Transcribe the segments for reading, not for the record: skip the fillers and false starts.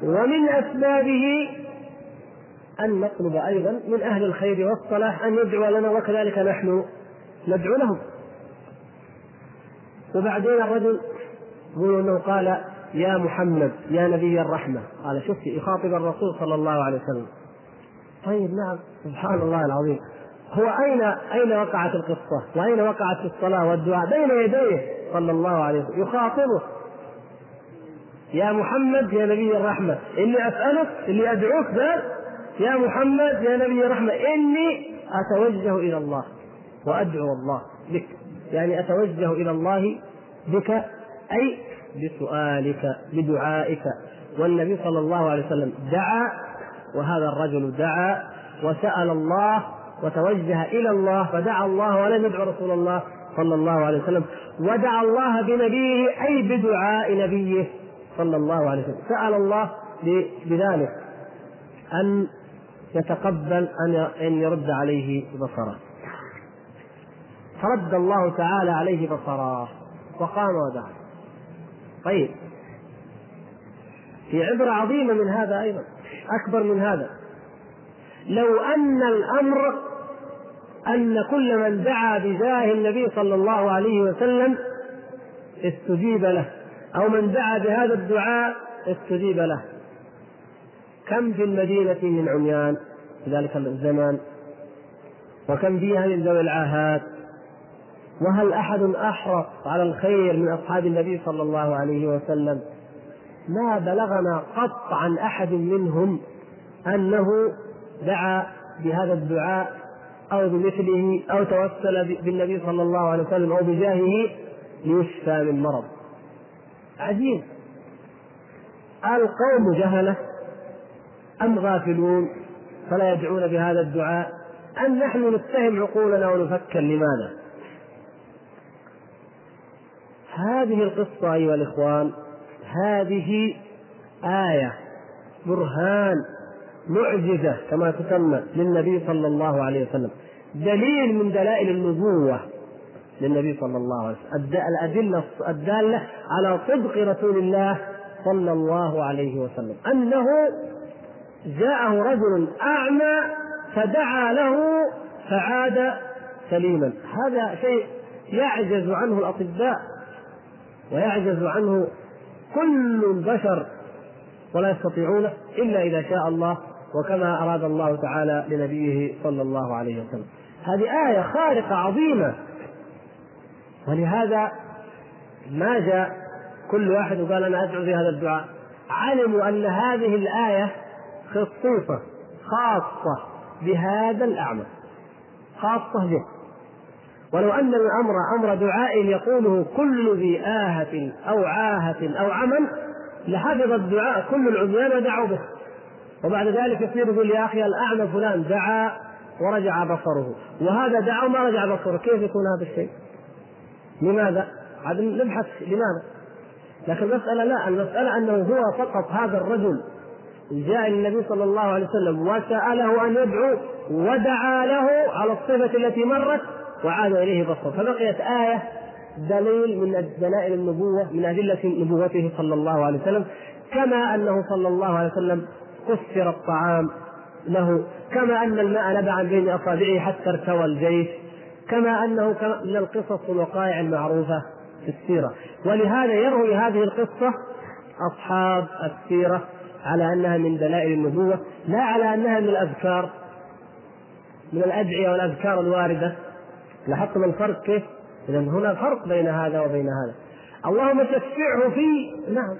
ومن أسبابه أن نطلب أيضا من أهل الخير والصلاح أن يدعو لنا، وكذلك نحن ندعو لهم. وبعدين الرجل يقول أنه قال يا محمد يا نبي الرحمة، قال شوف يخاطب الرسول صلى الله عليه وسلم. طيب نعم، سبحان الله العظيم، هو أين وقعت القصة وأين وقعت في الصلاة والدعاء؟ بين يديه صلى الله عليه وسلم يخاطبه يا محمد يا نبي الرحمة، إني أسألك، اللي أدعوك ذا يا محمد يا نبي الرحمة، إني أتوجه إلى الله وأدعو الله بك، يعني أتوجه إلى الله بك أي بسؤالك بدعائك. والنبي صلى الله عليه وسلم دعا، وهذا الرجل دعا وسأل الله وتوجه إلى الله، فدعا الله ولم يدعو رسول الله صلى الله عليه وسلم، ودعا الله بنبيه أي بدعاء نبيه صلى الله عليه وسلم، سأل الله بذلك أن يتقبل أن يرد عليه بصره، فرد الله تعالى عليه بصره وقام ودعا. طيب، في عبرة عظيمة من هذا أيضا، أكبر من هذا. لو أن الأمر أن كل من دعا بجاه النبي صلى الله عليه وسلم استجيب له، أو من دعا بهذا الدعاء استجيب له، كم في المدينة من عميان في ذلك الزمان، وكم فيها من ذوي العاهات، وهل أحد أحرص على الخير من أصحاب النبي صلى الله عليه وسلم؟ ما بلغنا قط عن أحد منهم أنه دعا بهذا الدعاء أو بمثله أو توسل بالنبي صلى الله عليه وسلم أو بجاهه ليشفى من مرض. عجيب، القوم جهلة أم غافلون فلا يدعون بهذا الدعاء، أم نحن نتهم عقولنا ونفكر لماذا؟ هذه القصة أيها الإخوان، هذه آية برهان معجزة كما تسمى للنبي صلى الله عليه وسلم، دليل من دلائل النبوة للنبي صلى الله عليه وسلم، الأدلة الدالة على صدق رسول الله صلى الله عليه وسلم، أنه جاءه رجل أعمى فدعا له فعاد سليما. هذا شيء يعجز عنه الأطباء ويعجز عنه كل البشر ولا يستطيعونه إلا إذا شاء الله وكما أراد الله تعالى لنبيه صلى الله عليه وسلم. هذه آية خارقة عظيمة، ولهذا ما جاء كل واحد وقال أنا أدعو بهذا الدعاء، علموا أن هذه الآية خصوصة خاصة بهذا الأعمى، خاصة به. ولو أن الأمر أمر دعاء يقوله كل ذي آهة أو عاهة أو عمل لحفظ الدعاء كل العميان ودعوا به، وبعد ذلك يصير يقول يا أخي الأعمى فلان دعا ورجع بصره، وهذا دعا وما رجع بصره، كيف يكون هذا الشيء؟ لماذا؟ عاد نبحث لماذا. لكن المسألة لا، المسألة أنه هو فقط هذا الرجل جاء النبي صلى الله عليه وسلم وسأله أن يدعو ودعا له على الصفة التي مرت وعاد إليه بصره، فبقيت آية دليل من دلائل النبوة من أدلة نبوته صلى الله عليه وسلم. كما أنه صلى الله عليه وسلم كسر الطعام له، كما أن الماء نبع بين أصابعه حتى ارتوى الجيش، كما أنه من القصص الوقائع المعروفة في السيرة. ولهذا يروي هذه القصة أصحاب السيرة على أنها من دلائل النبوة، لا على أنها من الأذكار من الأدعية والأذكار الواردة. لاحظتم الفرق كيف؟ إذن هنا فرق بين هذا وبين هذا. اللهم شفعه في، نعم،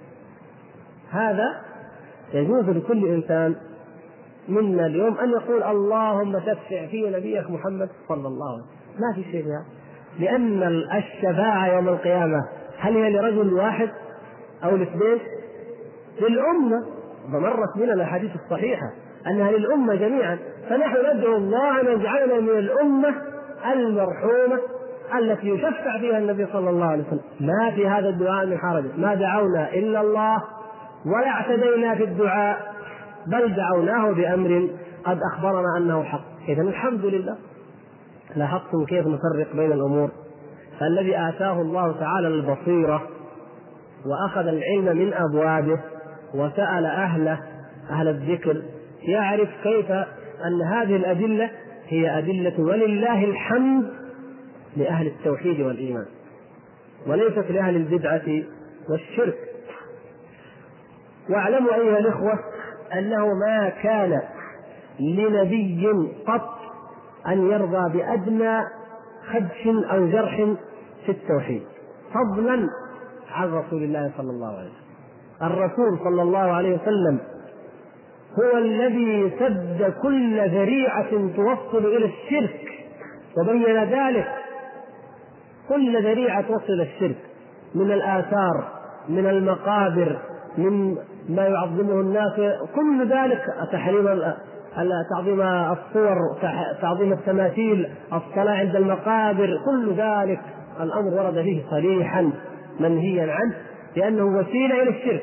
هذا يجوز لكل إنسان منا اليوم أن يقول اللهم شفع في نبيك محمد صلى الله عليه وسلم، ما في شيء فيها، لأن الشفاعة يوم القيامة هل هي لرجل واحد أو لاثنين؟ للأمة، ومرت بنا الأحاديث الصحيحة أنها للأمة جميعا، فنحن ندعو الله أن يجعلنا من الأمة المرحومة التي يشفع فيها النبي صلى الله عليه وسلم. ما في هذا الدعاء من حرج، ما دعونا إلا الله ولا اعتدينا في الدعاء، بل دعوناه بأمر قد أخبرنا أنه حق. إذن الحمد لله. لاحظتم كيف نفرق بين الأمور؟ فالذي آتاه الله تعالى البصيرة وأخذ العلم من أبوابه وسأل أهل الذكر يعرف كيف أن هذه الأدلة هي أدلة ولله الحمد لأهل التوحيد والإيمان، وليست لأهل البدعة والشرك. واعلموا أيها الإخوة أنه ما كان لنبي قط أن يرضى بأدنى خدش أو جرح في التوحيد، فضلا عن رسول الله صلى الله عليه وسلم. الرسول صلى الله عليه وسلم هو الذي سد كل ذريعة توصل إلى الشرك، وبين ذلك كل ذريعة توصل إلى الشرك من الآثار، من المقابر، من ما يعظمه الناس، كل ذلك تحريم تعظيم الصور، تعظيم التماثيل، الصلاة عند المقابر، كل ذلك الأمر ورد فيه صريحا منهيا عنه لأنه وسيلة إلى الشرك.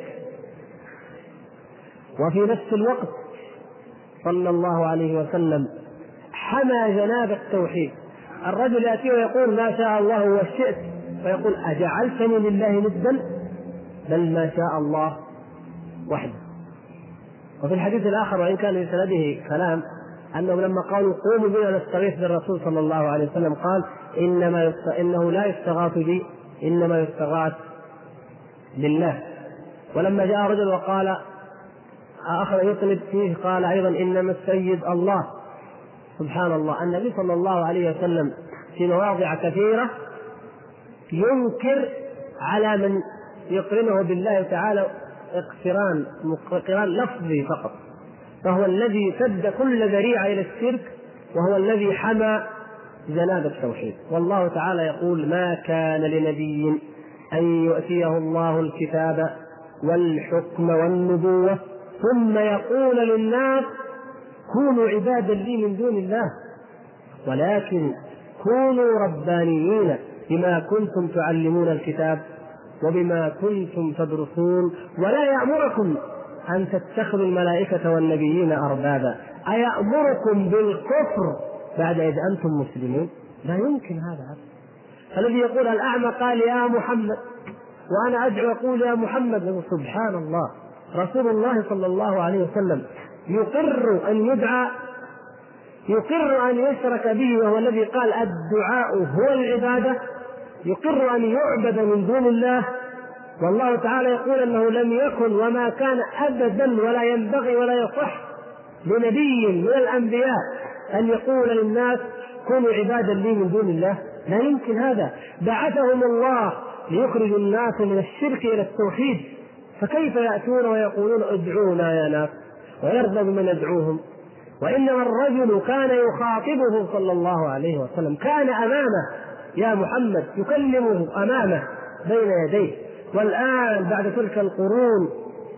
وفي نفس الوقت صلى الله عليه وسلم حمى جناب التوحيد. الرجل يأتي ويقول ما شاء الله وشئت، فيقول أجعلتني لله ندا؟ بل ما شاء الله وحده. وفي الحديث الآخر وإن كان في سنده كلام أنه لما قالوا قوموا بنا نستغيث بالرسول صلى الله عليه وسلم قال إنه لا يستغاث بي، إنما يستغاث بالله. ولما جاء رجل وقال أخذ يطلب فيه قال أيضا إنما السيد الله. سبحان الله، النبي صلى الله عليه وسلم في مواضع كثيرة ينكر على من يقرنه بالله تعالى اقتران لفظي فقط، فهو الذي سد كل ذريعة إلى الشرك، وهو الذي حمى جناب التوحيد. والله تعالى يقول ما كان لنبي أن يؤتيه الله الكتاب والحكم والنبوة ثم يقول للناس كونوا عبادا لي من دون الله، ولكن كونوا ربانيين بما كنتم تعلمون الكتاب وبما كنتم تدرسون، ولا يأمركم أن تتخذوا الملائكة والنبيين أربابا، أيأمركم بالكفر بعد إذ أنتم مسلمون؟ لا يمكن هذا. الذي يقول الأعمى قال يا محمد وأنا أدعو أقول يا محمد، سبحان الله. رسول الله صلى الله عليه وسلم يقر أن يدعى، يقر أن يشرك به، وهو الذي قال الدعاء هو العبادة، يقر أن يعبد من دون الله. والله تعالى يقول أنه لم يكن وما كان أبدا ولا ينبغي ولا يصح لنبي من الأنبياء أن يقول للناس كونوا عبادا لي من دون الله. لا يمكن هذا. بعثهم الله ليخرجوا الناس من الشرك إلى التوحيد، فكيف يأتون ويقولون ادعونا يا ناس ويرضى بمن يدعوهم؟ وإنما الرجل كان يخاطبه صلى الله عليه وسلم، كان أمامه يا محمد، يكلمه أمامه بين يديه. والآن بعد تلك القرون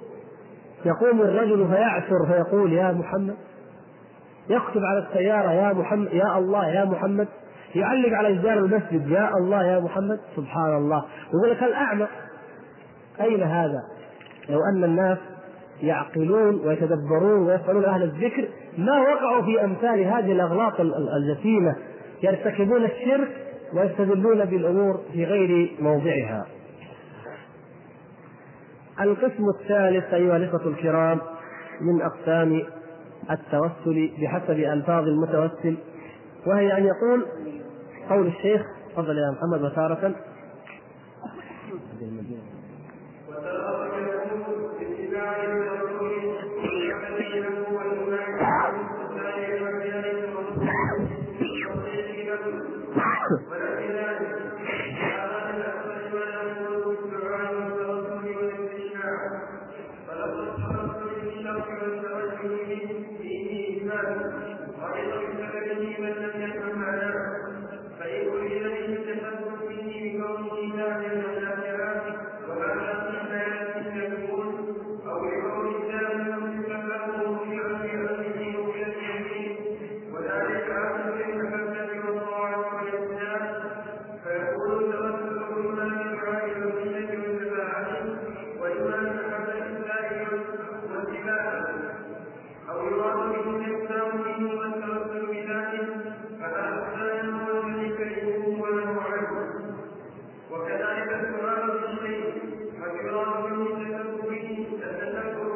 يقوم الرجل فيعثر فيقول يا محمد، يكتب على السيارة يا محمد يا الله يا محمد، يعلق على جدار المسجد يا الله يا محمد. سبحان الله. يقول لك الأعمى. أين هذا؟ لو أن الناس يعقلون ويتدبرون ويسألون أهل الذكر ما وقعوا في أمثال هذه الأغلاط الجسيمة، يرتكبون الشرك ويستدلون بالأمور في غير موضعها. القسم الثالث أيها الإخوة الكرام من أقسام التوسل بحسب ألفاظ المتوسل، وهي أن يقول قول الشيخ تفضل يا محمد وتارة وكذلك السؤال بالشيء وإرادة من تكبره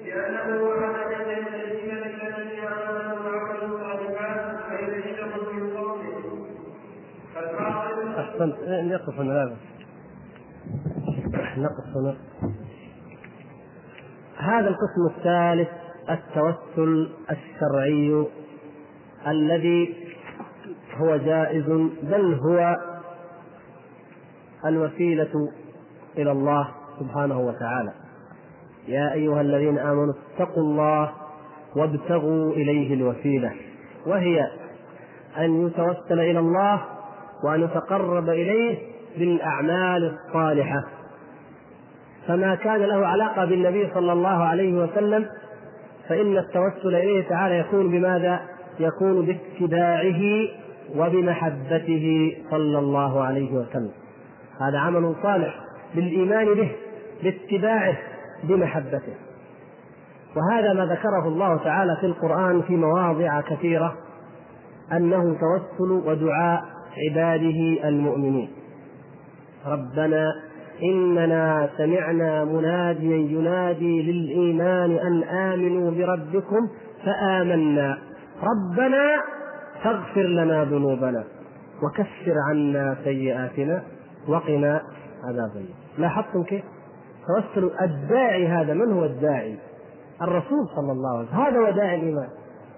أحسنت. نقف هنا. هذا القسم الثالث التوسل الشرعي الذي هو جائز، بل هو الوسيلة إلى الله سبحانه وتعالى. يا أيها الذين آمنوا اتقوا الله وابتغوا إليه الوسيلة، وهي أن يتوسل إلى الله وأن يتقرب إليه بالأعمال الصالحة. فما كان له علاقة بالنبي صلى الله عليه وسلم فإن التوسل إليه تعالى يكون بماذا؟ يكون باتباعه وبمحبته صلى الله عليه وسلم. هذا عمل صالح بالإيمان به، باتباعه، بمحبته. وهذا ما ذكره الله تعالى في القرآن في مواضع كثيرة، أنه توسل ودعاء عباده المؤمنين. ربنا إننا سمعنا مناديا ينادي للإيمان أن آمنوا بربكم فآمنا ربنا فاغفر لنا ذنوبنا وكفر عنا سيئاتنا وقنا عذاب النار. لاحظتم كيف توسل الداعي؟ هذا من هو الداعي؟ الرسول صلى الله عليه وسلم، هذا هو داعي الإيمان.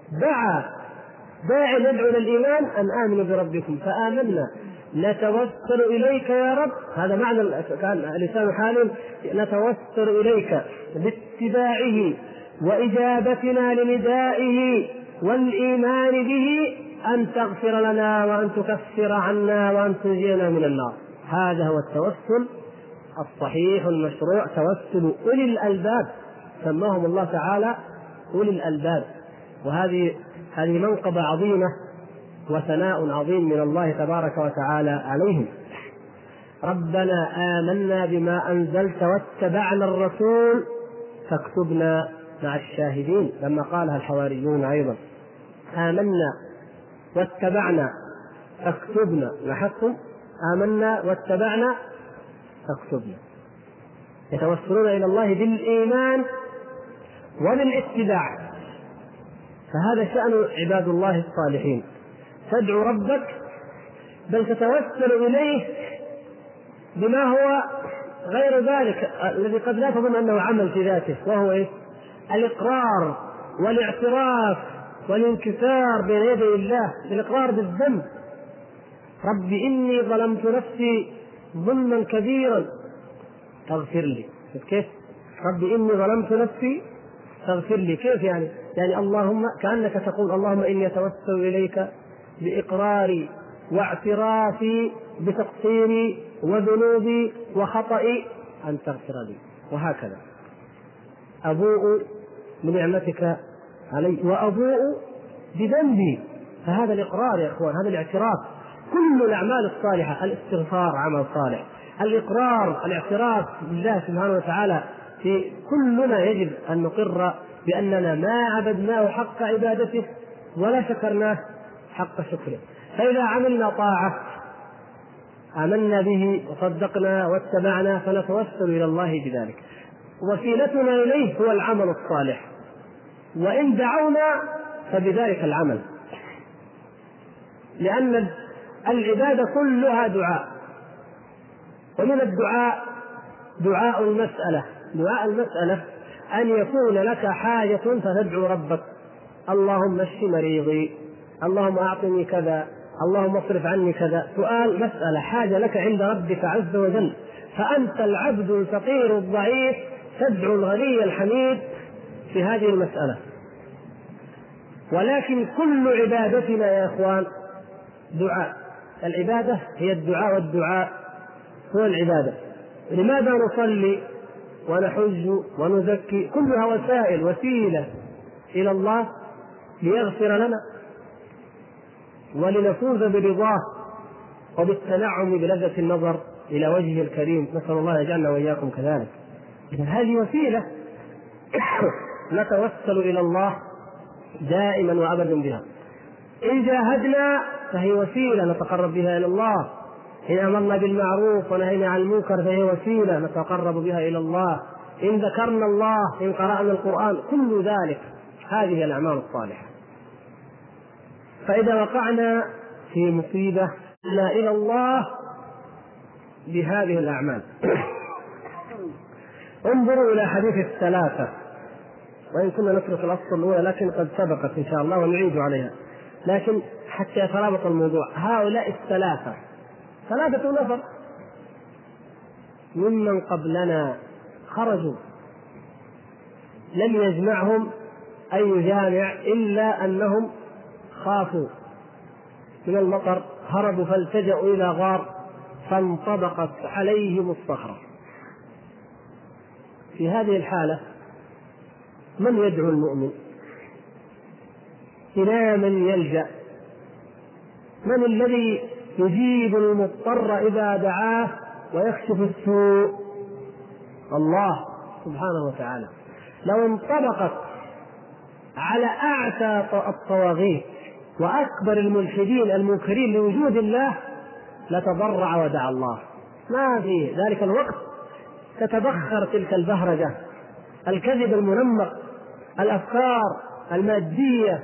داعي يدعو للإيمان أن آمنوا بربكم فآمنا نتوسل إليك يا رب. هذا معنى لسان حال، نتوسل إليك باتباعه وإجابتنا لندائه والإيمان به أن تغفر لنا وأن تكفر عنا وأن تنجينا من النار. هذا هو التوسل الصحيح المشروع، توسل أولي الألباب، سماهم الله تعالى أولي الألباب. وهذه منقبة عظيمة وثناء عظيم من الله تبارك وتعالى عليهم. ربنا آمنا بما أنزلت واتبعنا الرسول فاكتبنا مع الشاهدين، لما قالها الحواريون أيضا. آمنا واتبعنا فاكتبنا، لاحظتم؟ آمنا واتبعنا فاكتبنا. يتوسلون إلى الله بالإيمان وبالاتباع. فهذا شأن عباد الله الصالحين، تدعو ربك بل تتوسل إليه بما هو غير ذلك الذي قد لا تظن أنه عمل في ذاته، وهو إيه؟ الإقرار والاعتراف والانكسار بين يدي الله، الإقرار بالذنب. رب إني ظلمت نفسي ظلما كبيرا فاغفر لي. كيف؟ رب إني ظلمت نفسي فاغفر لي. كيف يعني اللهم، كأنك تقول اللهم إني أتوسل إليك بإقراري واعترافي بتقصيري وذنوبي وخطئي أن تغفر لي. وهكذا أبوء بنعمتك علي وأبوء بذنبي. فهذا الإقرار يا إخوان، هذا الاعتراف. كل الأعمال الصالحة، الاستغفار عمل صالح، الإقرار، الاعتراف بالله سبحانه وتعالى، في كلنا يجب أن نقر بأننا ما عبدناه حق عبادته ولا شكرناه حق شكره. فإذا عملنا طاعة آمنا به وصدقنا واتبعنا فنتوسل إلى الله بذلك. وسيلتنا إليه هو العمل الصالح، وإن دعونا فبذلك العمل، لأن العبادة كلها دعاء. ومن الدعاء دعاء المسألة. دعاء المسألة أن يكون لك حاجة فتدعو ربك، اللهم اشف مريضي، اللهم أعطني كذا، اللهم اصرف عني كذا. سؤال، مسألة، حاجة لك عند ربك عز وجل. فأنت العبد الفقير الضعيف تدعو الغني الحميد في هذه المسألة. ولكن كل عبادتنا يا إخوان دعاء. العبادة هي الدعاء، والدعاء هو العبادة. لماذا نصلي ونحج ونزكي؟ كلها وسائل، وسيلة إلى الله ليغفر لنا ولنفوز برضاه وبالتنعم بلذة النظر إلى وجهه الكريم. نسأل الله يجعلنا وإياكم كذلك. إذن هذه وسيلة نتوسل إلى الله دائما وأبدا بها. إن جاهدنا فهي وسيلة نتقرب بها إلى الله. إن أمرنا بالمعروف ونهينا عن المنكر فهي وسيلة نتقرب بها إلى الله. إن ذكرنا الله، إن قرأنا القرآن، كل ذلك هذه الأعمال الصالحة. فإذا وقعنا في مصيبة لا إلى الله بهذه الأعمال. انظروا إلى حديث الثلاثة، وإن كنا نترك الأصل الأولى لكن قد سبقت إن شاء الله ونعيد عليها، لكن حتى يترابط الموضوع. هؤلاء الثلاثة 3 نفر ممن قبلنا خرجوا، لم يجمعهم أي جامع إلا أنهم خافوا من المطر، هربوا فالتجأوا إلى غار فانطبقت عليهم الصخرة. في هذه الحالة من يدعو المؤمن؟ إلى من يلجأ؟ من الذي يجيب المضطر إذا دعاه ويكشف السوء؟ الله سبحانه وتعالى. لو انطبقت على أعتى الطواغيت وأكبر الملحدين المنكرين لوجود الله لتضرع ودعا الله، ما في ذلك الوقت تتبخر تلك البهرجة، الكذب المنمق، الأفكار المادية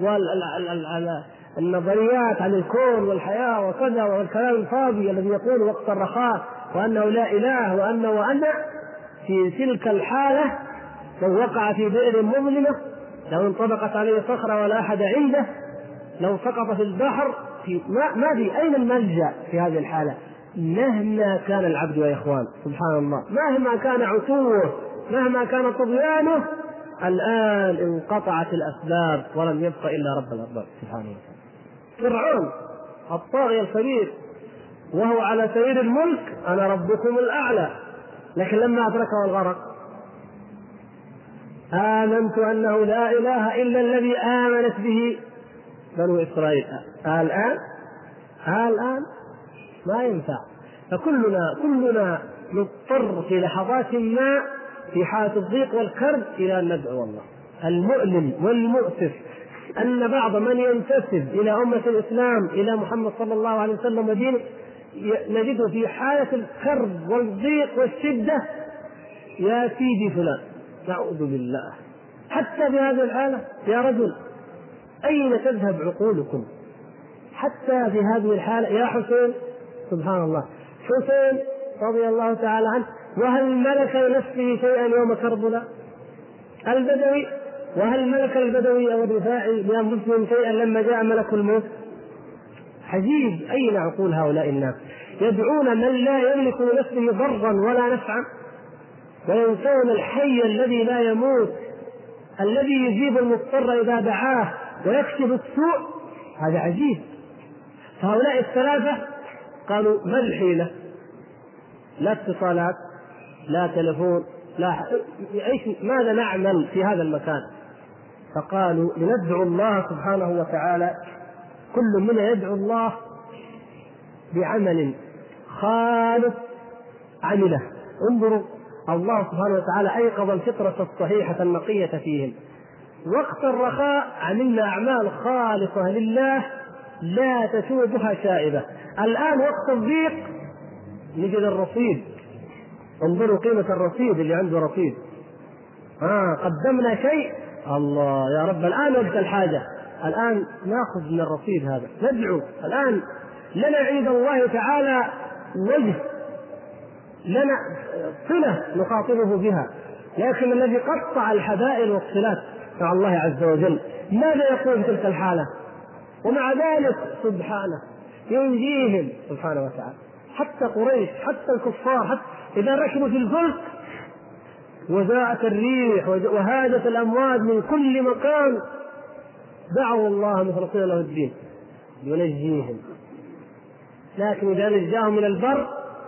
والنظريات عن الكون والحياة وكذا، والكلام الفاضي الذي يقول وقت الرخاء وأنه لا إله وأنا في تلك الحالة لو وقع في بئر مظلمة، لو انطبقت عليه صخرة ولا أحد عنده، لو سقط في البحر، ما في أين الملجأ في هذه الحالة؟ مهما كان العبد يا إخوان، سبحان الله، مهما كان عتوه، مهما كان طغيانه، الآن انقطعت الأسباب ولم يبق إلا رب الأرباب سبحانه وتعالى. فرعون الطاغية الكبير وهو على سرير الملك، أنا ربكم الأعلى، لكن لما أدركه الغرق آمنت أنه لا إله إلا الذي آمنت به بنو إسرائيل. الآن ما ينفع. فكلنا نضطر في لحظات ما في حالة الضيق والكرب إلى أن ندعو الله. المؤلم والمؤسف أن بعض من ينتسب إلى أمة الإسلام إلى محمد صلى الله عليه وسلم ودينه نجده في حالة الكرب والضيق والشدة يا سيدي فلان، نعوذ بالله. حتى في هذه الحالة يا رجل أين تذهب عقولكم؟ حتى في هذه الحالة يا حسين، سبحان الله، حسين رضي الله تعالى عنه، وهل ملك لنفسه شيئا يوم كربلاء؟ البدوي، وهل ملك البدوي أو الرفاعي بأنفسهم شيئا لما جاء ملك الموت؟ عجيب، أين عقول هؤلاء الناس؟ يدعون من لا يملك لنفسه ضرا ولا نفعا، وينسون الحي الذي لا يموت، الذي يجيب المضطر إذا دعاه ويكشف السوء. هذا عجيب. فهؤلاء الثلاثة قالوا ما الحيلة؟ لا اتصالات، لا تلفون، ماذا نعمل في هذا المكان؟ فقالوا لندعو الله سبحانه وتعالى، كل منا يدعو الله بعمل خالص عمله. انظروا، الله سبحانه وتعالى أيقظ الفطرة الصحيحة النقية فيهم. وقت الرخاء عملنا أعمال خالصة لله لا تشوبها شائبة. الآن وقت الضيق نجد الرصيد. انظروا قيمة الرصيد، اللي عنده رصيد قدمنا شيء، الله يا رب الآن وقت الحاجة، الآن نأخذ من الرصيد هذا ندعو. الآن لنا عند الله تعالى وجه، لنا صلة نخاطبه بها. لكن الذي قطع الحبائل والصلات مع الله عز وجل ماذا يقول في تلك الحالة؟ ومع ذلك سبحانه ينجيهم سبحانه وتعالى. حتى قريش، حتى الكفار، حتى إذا ركبوا في الفلك وجاءت الريح وهاجت الأمواج من كل مكان دعوا الله مخلصين له الدين ينجيهم. لكن إذا نجاهم من البر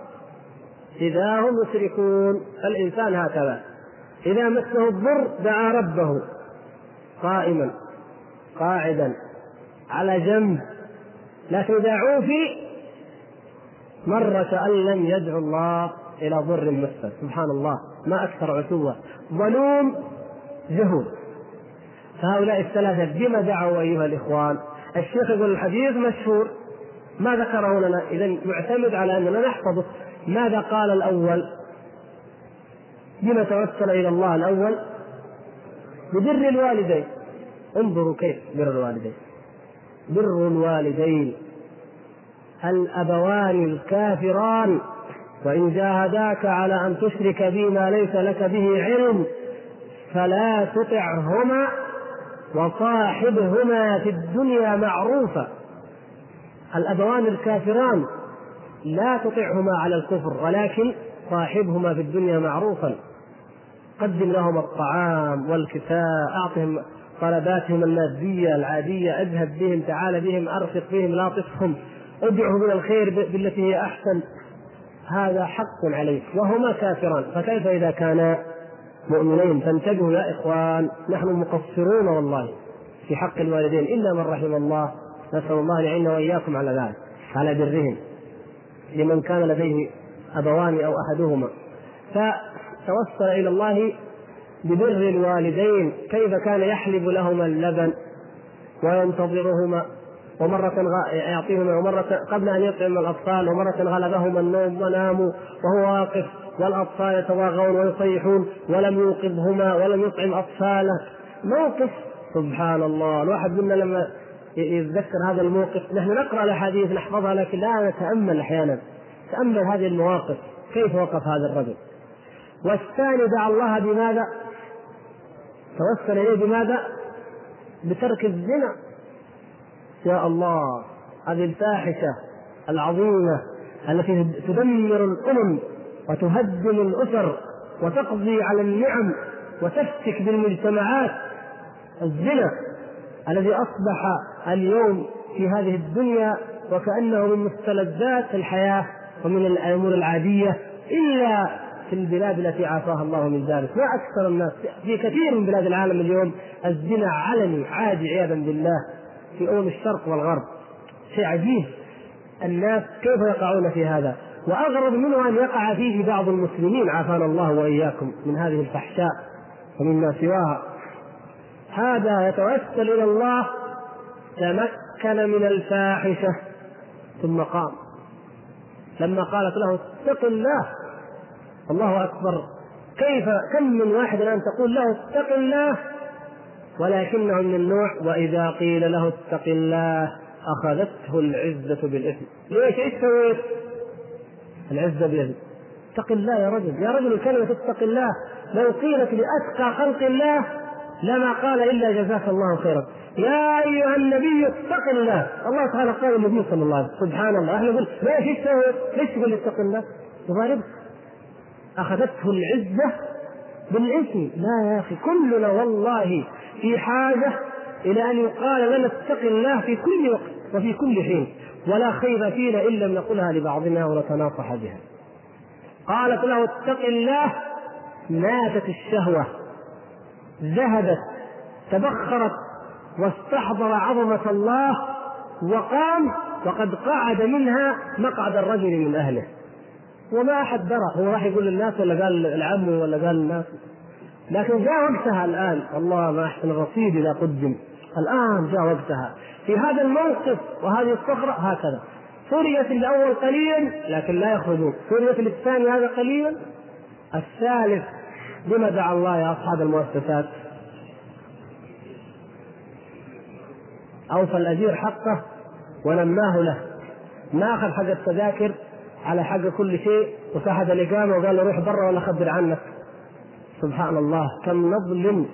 إذا هم يشركون. الإنسان هكذا، إذا مسه الضر دعا ربه قائما قاعدا على جنب، لكن إذا عوفي مر كأن لم يدعو الله إلى ضر مسه. سبحان الله، ما أكثر عتوه، ظلوم جهول. فهؤلاء الثلاثة بما دعوا أيها الإخوان؟ الشيخ يقول الحديث مشهور، ما ذكره لنا، إذن يعتمد على أننا نحفظه. ماذا قال الأول؟ بما توسل إلى الله الأول؟ ببر الوالدين. انظروا كيف بر الوالدين. بر الوالدين: الأبوان الكافران وإن جاهداك على أن تشرك بي ما ليس لك به علم فلا تطعهما وصاحبهما في الدنيا معروفا. الأبوان الكافران لا تطعهما على الكفر، ولكن صاحبهما في الدنيا معروفا. قدم لهم الطعام والكساء، أعطهم طلباتهم المادية العادية، اذهب بهم، تعال بهم، أرفق بهم، لاطفهم، ادعهم إلى الخير بالتي هي أحسن. هذا حق عليك وهما كافران، فكيف إذا كانا مؤمنين؟ فانتبهوا يا إخوان، نحن مقصرون والله في حق الوالدين إلا من رحم الله، نسأل الله أن يعيننا وإياكم على ذلك، على برهم لمن كان لديه أبوان أو أحدهما. فتوسل إلى الله ببر الوالدين. كيف كان يحلب لهما اللبن وينتظرهما، ومرة يعطيهما، ومرة قبل أن يطعم الأطفال، ومرة غلبهما النوم وناموا وهو واقف والأطفال يتواغون ويصيحون ولم يوقظهما ولم يطعم أطفاله. موقف سبحان الله. الواحد منا لما يتذكر هذا الموقف، نحن نقرأ الأحاديث نحفظها لكن لا نتأمل أحيانا، تأمل هذه المواقف كيف وقف هذا الرجل. والثاني دعا الله بماذا؟ توسل إليه بماذا؟ بترك الزنا. يا الله، هذه الفاحشة العظيمة التي تدمر الأمم وتهدم الأسر وتقضي على النعم وتفتك بالمجتمعات. الزنا الذي أصبح اليوم في هذه الدنيا وكأنه من مستلذات الحياة ومن الأمور العادية، إلا في البلاد التي عافاها الله من ذلك. ما أكثر الناس في كثير من بلاد العالم اليوم الزنا علني عادي عياذا بالله في الشرق والغرب. شيء عجيب، الناس كيف يقعون في هذا، وأغرب منه أن يقع فيه بعض المسلمين عافانا الله وإياكم من هذه الفحشاء ومما سواها. هذا يتوسل إلى الله، تمكن من الفاحشة ثم قام. لما قالت له اتق الله، الله أكبر، كم من واحد الآن تقول له اتق الله، ولكنه من النوع وإذا قيل له اتق الله أخذته العزة بالإثم. ليش؟ إيش سويت؟ العزة بالإثم. اتق الله يا رجل، يا رجل كلمة اتق الله لو قيلت لأتقى خلق الله لما قال إلا جزاك الله خيرا. يا أيها النبي اتق الله، الله تعالى قال النبي صلى الله عليه وسلم. سبحان الله، احنا نقول ليش ايش سويت؟ ليش تقول اتق الله؟ تضاربك. أخذته العزة بالإثم. لا يا أخي، كلنا والله في حاجة إلى أن يقال لنا اتق الله في كل وقت وفي كل حين، ولا خير فينا إن لم نقولها لبعضنا ونتناصح بها. قالت له اتق الله، ماتت الشهوة، ذهبت تبخرت واستحضر عظمة الله وقام، وقد قعد منها مقعد الرجل من أهله، وما أحد درى. هو راح يقول للناس ولا قال العم ولا قال الناس؟ لكن جاء وقتها الآن، الله ما أحسن الرصيد إذا قدم. الآن جاء وقتها في هذا الموقف وهذه الصخرة. هكذا سورية الأول قليلا لكن لا يخرجون، سورية الثاني هذا قليلا، الثالث. لما دعا الله يا أصحاب المؤسسات؟ أوفى الأجير حقه ونماه له، ما أخذ حق التذاكر على حق كل شيء وسحب الإقامة وقال له روح برا ولا خبر عنك. سبحان الله، كم نظلم.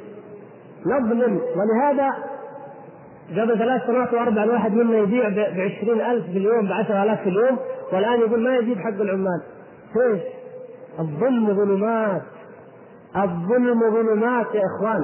ولهذا قبل 3 سنوات و4 الواحد منا يبيع ب20,000 في اليوم، ب10,000 في اليوم، والآن يقول ما يجيب حق العمال. ليش؟ الظلم ظلمات، الظلم ظلمات يا إخوان.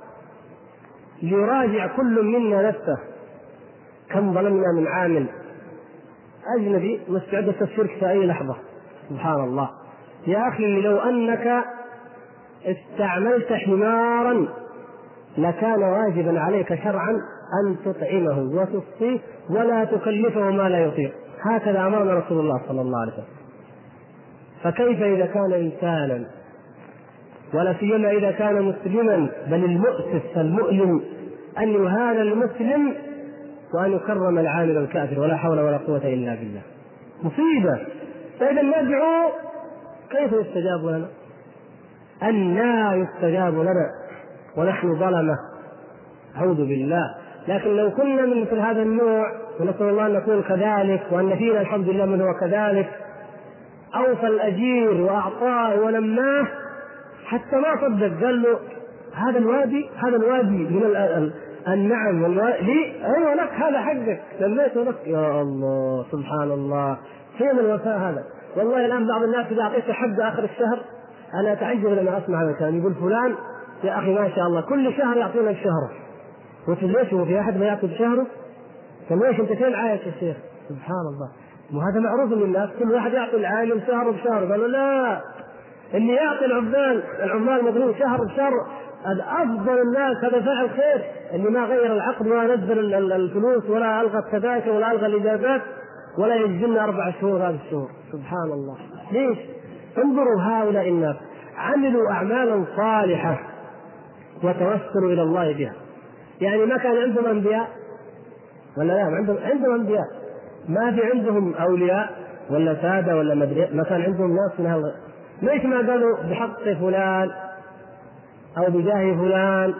ليراجع كل منا نفسه، كم ظلمنا من عامل أجنبي مستعد تستشرك في أي لحظة. سبحان الله يا أخي، لو أنك استعملت حمارا لكان واجبا عليك شرعا أن تطعمه وتسقيه ولا تكلفه ما لا يطيق. هكذا أمرنا رسول الله صلى الله عليه وسلم. فكيف إذا كان إنسانا، ولا سيما إذا كان مسلما؟ بل المؤسف المؤلم أن يهان المسلم وأن يكرم العامل الكافر، ولا حول ولا قوة إلا بالله. مصيبة. فإذا ندعو كيف يستجاب لنا؟ أنى يستجاب لنا ونحن ظلمة، أعوذ بالله. لكن لو كنا من مثل هذا النوع، ونسأل الله أن نكون كذلك، وأن فينا الحمد لله من هو كذلك، أوفى الأجير وأعطاه ولماه حتى ما صدق، قال له هذا الوادي من النعم لي، أيوة لك، هذا حقك، لميته لك. يا الله، سبحان الله، فين الوفاء هذا؟ والله الآن بعض الناس إذا أعطيته حق آخر الشهر أنا أتعجب لما أسمع هذا الكلام، يقول فلان يا أخي ما شاء الله كل شهر يعطينا بشهره. قلت ليش هو في أحد ما يعطي بشهره؟ قال ليش أنت فين عايش يا شيخ؟ سبحان الله، وهذا معروف للناس، كل واحد يعطي العامل شهر بشهر. قالوا لا، اللي يعطي العمال مدنيين شهر بشهر أفضل الناس، هذا فاعل خير، اللي ما غير العقد ولا نزل الفلوس ولا ألغى التذاكر ولا ألغى الإجازات ولا يجزلنا 4 شهور هذا الشهور. سبحان الله. ليش؟ انظروا هؤلاء الناس عملوا أعمالا صالحة وتوسلوا إلى الله بها. يعني ما كان عندهم أنبياء ولا لا؟ عندهم أنبياء، ما في عندهم أولياء ولا سادة ولا مدري، ما كان عندهم ناس من هذا. ليش ما قالوا بحق فلان أو بجاه فلان؟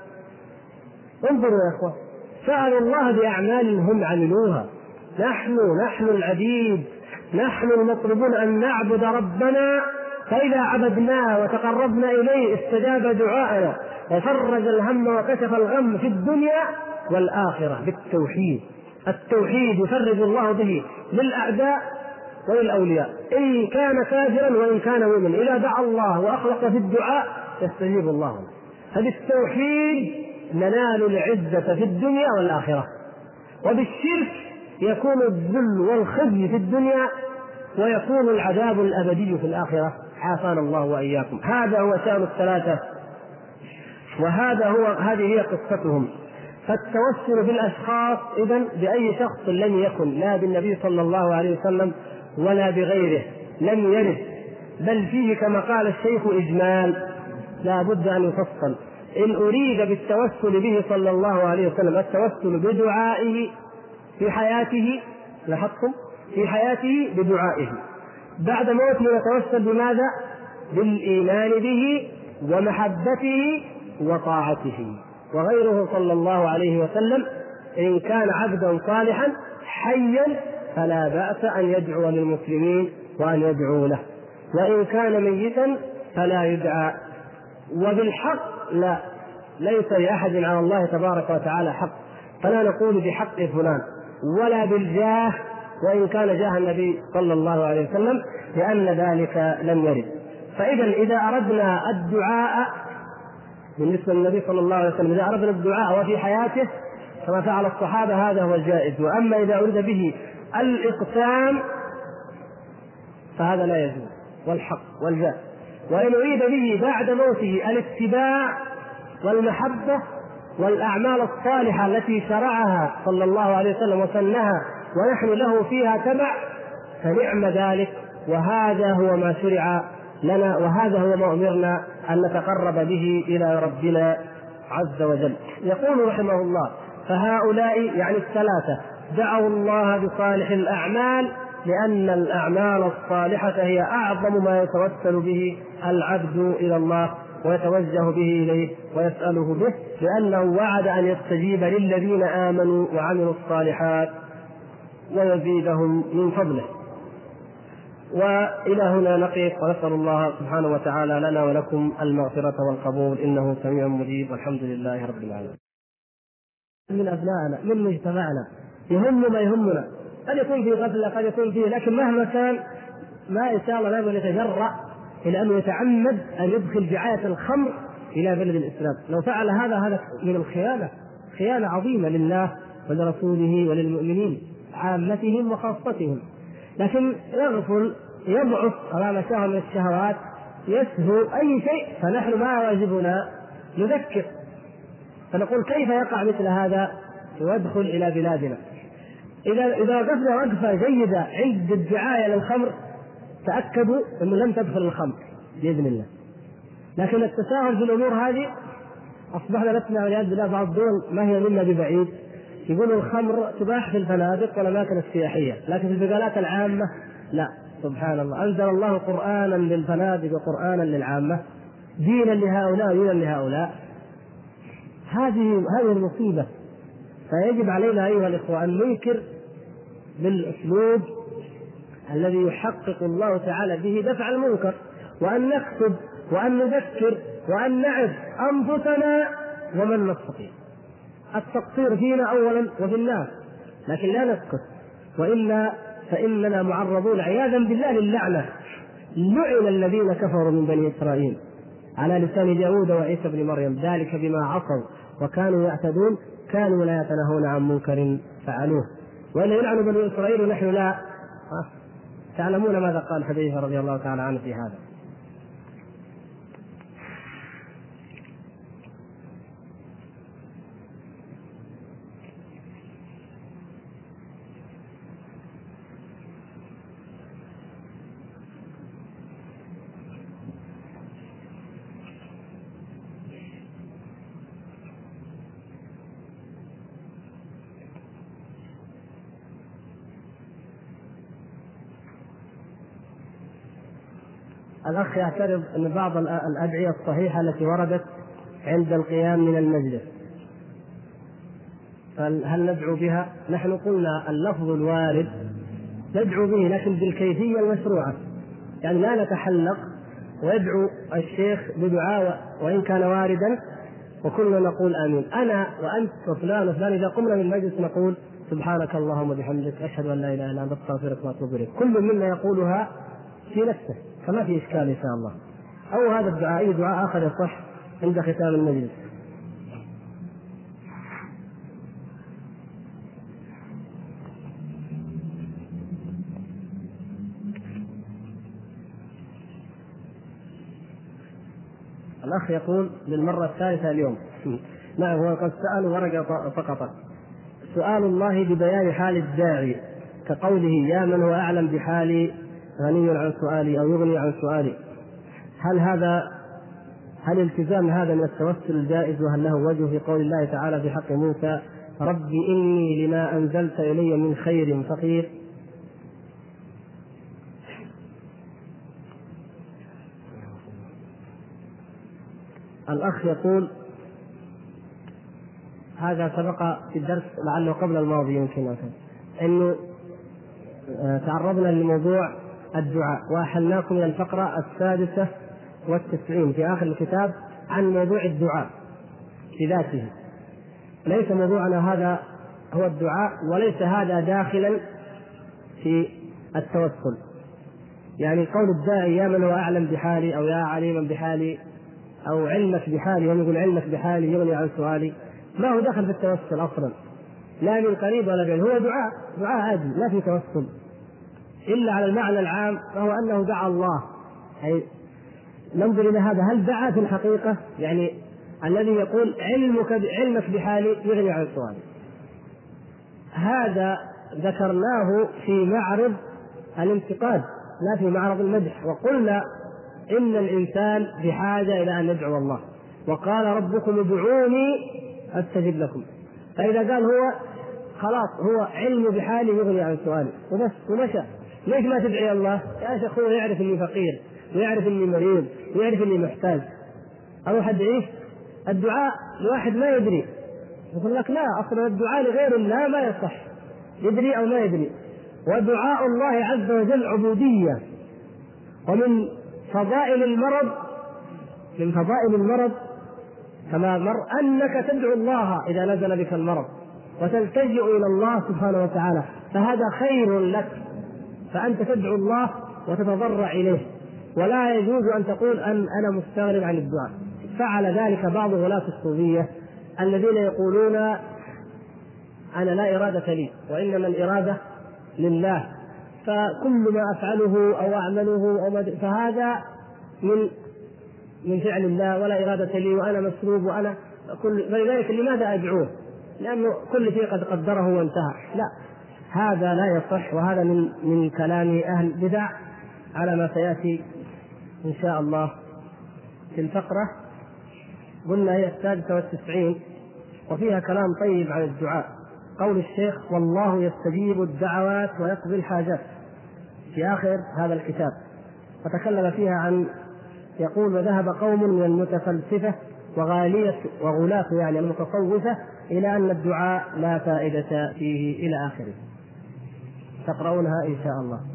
انظروا يا أخوة، سألوا الله بأعمال هم عملوها. نحن العبيد، نحن المطلوبون أن نعبد ربنا، فإذا عبدناه وتقربنا إليه استجاب دعاءنا وفرج الهم وكشف الغم في الدنيا والآخرة بالتوحيد. التوحيد يفرج الله به للأعداء وللأولياء، إن كان كافرا وإن كان مؤمنا، إذا دعا الله وأخلص في الدعاء يستجيب الله. فبالتوحيد ننال العزة في الدنيا والآخرة، وبالشرك يكون الذل والخزي في الدنيا ويكون العذاب الأبدي في الآخرة، عافانا الله وإياكم. هذا هو شأن الثلاثة، هذه هي قصتهم. فالتوسل بالأشخاص إذن بأي شخص لم يكن، لا بالنبي صلى الله عليه وسلم ولا بغيره، لم يرد، بل فيه كما قال الشيخ إجمال لا بد أن يفصل. إن أريد بالتوسل به صلى الله عليه وسلم التوسل بدعائه في حياته، لاحظتم في حياته بدعائه، بعد موته يتوسل بماذا؟ بالإيمان به ومحبته وطاعته. وغيره صلى الله عليه وسلم إن كان عبدا صالحا حيا فلا بأس أن يدعو للمسلمين وأن يدعو له، وإن كان ميتا فلا يدعى. وبالحق لا، ليس لأحد على الله تبارك وتعالى حق، فلا نقول بحق فلان ولا بالجاه وإن كان جاه النبي صلى الله عليه وسلم، لأن ذلك لم يرد. فإذا إذا أردنا الدعاء بالنسبة للنبي صلى الله عليه وسلم، إذا أردنا الدعاء وفي حياته كما فعل الصحابة هذا هو الجائز. وأما إذا أريد به الإقسام فهذا لا يجوز، والحق والجاه. وإن أريد به بعد موته الاتباع والمحبة والأعمال الصالحة التي شرعها صلى الله عليه وسلم وسنها ونحن له فيها تبع فنعم ذلك، وهذا هو ما شرع لنا، وهذا هو ما أمرنا أن نتقرب به إلى ربنا عز وجل. يقول رحمه الله: فهؤلاء يعني الثلاثة دعوا الله بصالح الأعمال، لأن الأعمال الصالحة هي أعظم ما يتوسل به العبد إلى الله ويتوجه به إليه ويسأله به، لأنه وعد أن يستجيب للذين آمنوا وعملوا الصالحات ويزيدهم من فضله. وإلى هنا نقف، ونسأل الله سبحانه وتعالى لنا ولكم المغفرة والقبول، إنه سميع مجيب، والحمد لله رب العالمين. من أبنائنا، من مجتمعنا، يهم ما يهمنا، قد يكون في غفلة، قد يكون فيه، لكن مهما كان ما إن شاء الله لا يتجرأ إلى أنه يتعمد أن يدخل دعاية الخمر إلى بلد الإسلام. لو فعل هذا من الخيانة، خيانة عظيمة لله ولرسوله وللمؤمنين عامتهم وخاصتهم. لكن يغفل، يضعف أمام شهوة من الشهوات، يسهو أي شيء، فنحن ما واجبنا نذكر، فنقول كيف يقع مثل هذا ويدخل إلى بلادنا. إذا وقفنا وقفة جيدة عند الدعاية للخمر تأكدوا أنه لم تدخل الخمر بإذن الله. لكن التساهل في الأمور هذه أصبحنا لسنا والعياذ بالله بعض الدول ما هي منا ببعيد يقولوا الخمر تباح في الفنادق والأماكن السياحية، لكن في البقالات العامة لا. سبحان الله، أنزل الله قرآنا للفنادق وقرآنا للعامة، دينا لهؤلاء ودينا لهؤلاء، هذه المصيبة. فيجب علينا أيها الإخوة أن ننكر بالأسلوب الذي يحقق الله تعالى به دفع المنكر، وأن نكتب وأن نذكر وأن نعظ أنفسنا ومن نستطيع. التقصير فينا أولا وفي الناس، لكن لا نسكت، وإلا فإننا معرضون عياذا بالله للعنة. لعن الذين كفروا من بني إسرائيل على لسان داود وعيسى بن مريم، ذلك بما عصوا وكانوا يعتدون، كانوا لا يتناهون عن منكر فعلوه. وإلا يلعن بني إسرائيل ونحن لا. تعلمون ماذا قال حذيفة رضي الله تعالى عنه في هذا؟ الأخ يعترض أن بعض الأدعية الصحيحة التي وردت عند القيام من المجلس، هل ندعو بها؟ نحن قلنا اللفظ الوارد ندعو به، لكن بالكيفية المشروعة، يعني لا نتحلق ويدعو الشيخ بدعاء وإن كان واردا وكلنا نقول آمين. أنا وأنت وفلان وفلان إذا قمنا من المجلس نقول سبحانك اللهم وبحمدك أشهد أن لا إله إلا أنت أستغفرك وأتوب إليك، كل منا يقولها في نفسه، فما في إشكال إن شاء الله. أو هذا الدعاء أي دعاء آخر يصح عند ختام المجلس. الأخ يقول للمرة الثالثة اليوم نعم هو قد سأل ورقة فقط. سؤال الله ببيان حال الداعي كقوله يا من هو أعلم بحالي غني عن سؤالي أو يغني عن سؤالي، هل التزام هذا من التوسل الجائز، وهل له وجه في قول الله تعالى في حق موسى ربي إني لما أنزلت إلي من خير فقير؟ الأخ يقول هذا سبق في الدرس لعله قبل الماضي يمكن أنه تعرضنا لموضوع الدعاء وأحلناكم إلى الفقرة 96 في آخر الكتاب عن موضوع الدعاء في ذاته. ليس موضوعنا هذا هو الدعاء، وليس هذا داخلا في التوسل. يعني قول الداعي يا من هو أعلم بحالي أو يا عليما بحالي أو علمك بحالي، هم يقول علمك بحالي يغني عن سؤالي، ما هو دخل في التوسل أصلا، لا من قريب ولا بعيد، هو دعاء عادي لا في توسل إلا على المعنى العام، وهو أنه دعا الله. أي ننظر إلى هذا، هل دعا في الحقيقة؟ يعني الذي يقول علمك بحالي يغني عن سؤالي، هذا ذكرناه في معرض الانتقاد لا في معرض المدح، وقلنا إن الإنسان بحاجة إلى أن يدعو الله، وقال ربكم ادعوني أستجب لكم. فإذا قال هو خلاص هو علم بحالي يغني عن سؤالي وبس ومشى، ليش ما تدعي الله يا شيخ؟ هو يعرف إني فقير ويعرف إني مريض ويعرف إني محتاج، أروح أدعيه؟ الدعاء لواحد ما يدري يقول لك لا، أصلا الدعاء لغير الله ما يصح، يدري أو ما يدري. ودعاء الله عز وجل عبودية، ومن فضائل المرض كما مر أنك تدعو الله إذا نزل بك المرض وتلتجئ إلى الله سبحانه وتعالى، فهذا خير لك، فأنت تدعو الله وتتضرع إليه، ولا يجوز أن تقول أنا مستغرب عن الدعاء. فعل ذلك بعض غلاة الصوفية الذين يقولون أنا لا إرادة لي وإنما الإرادة لله، فكل ما أفعله أو أعمله فهذا من فعل الله ولا إرادة لي وأنا مسلوب وأنا فلذلك لماذا أدعوه؟ لأنه كل شيء قد قدره وانتهى. لا، هذا لا يصح، وهذا من كلام أهل البدع على ما سيأتي إن شاء الله في الفقرة. قلنا هي 96 وفيها كلام طيب عن الدعاء. قول الشيخ والله يستجيب الدعوات ويقضي الحاجات في آخر هذا الكتاب، وتكلم فيها عن يقول: وذهب قوم من المتفلسفة وغلاة يعني المتصوفة إلى أن الدعاء لا فائدة فيه إلى آخره. تقرؤونها إن شاء الله.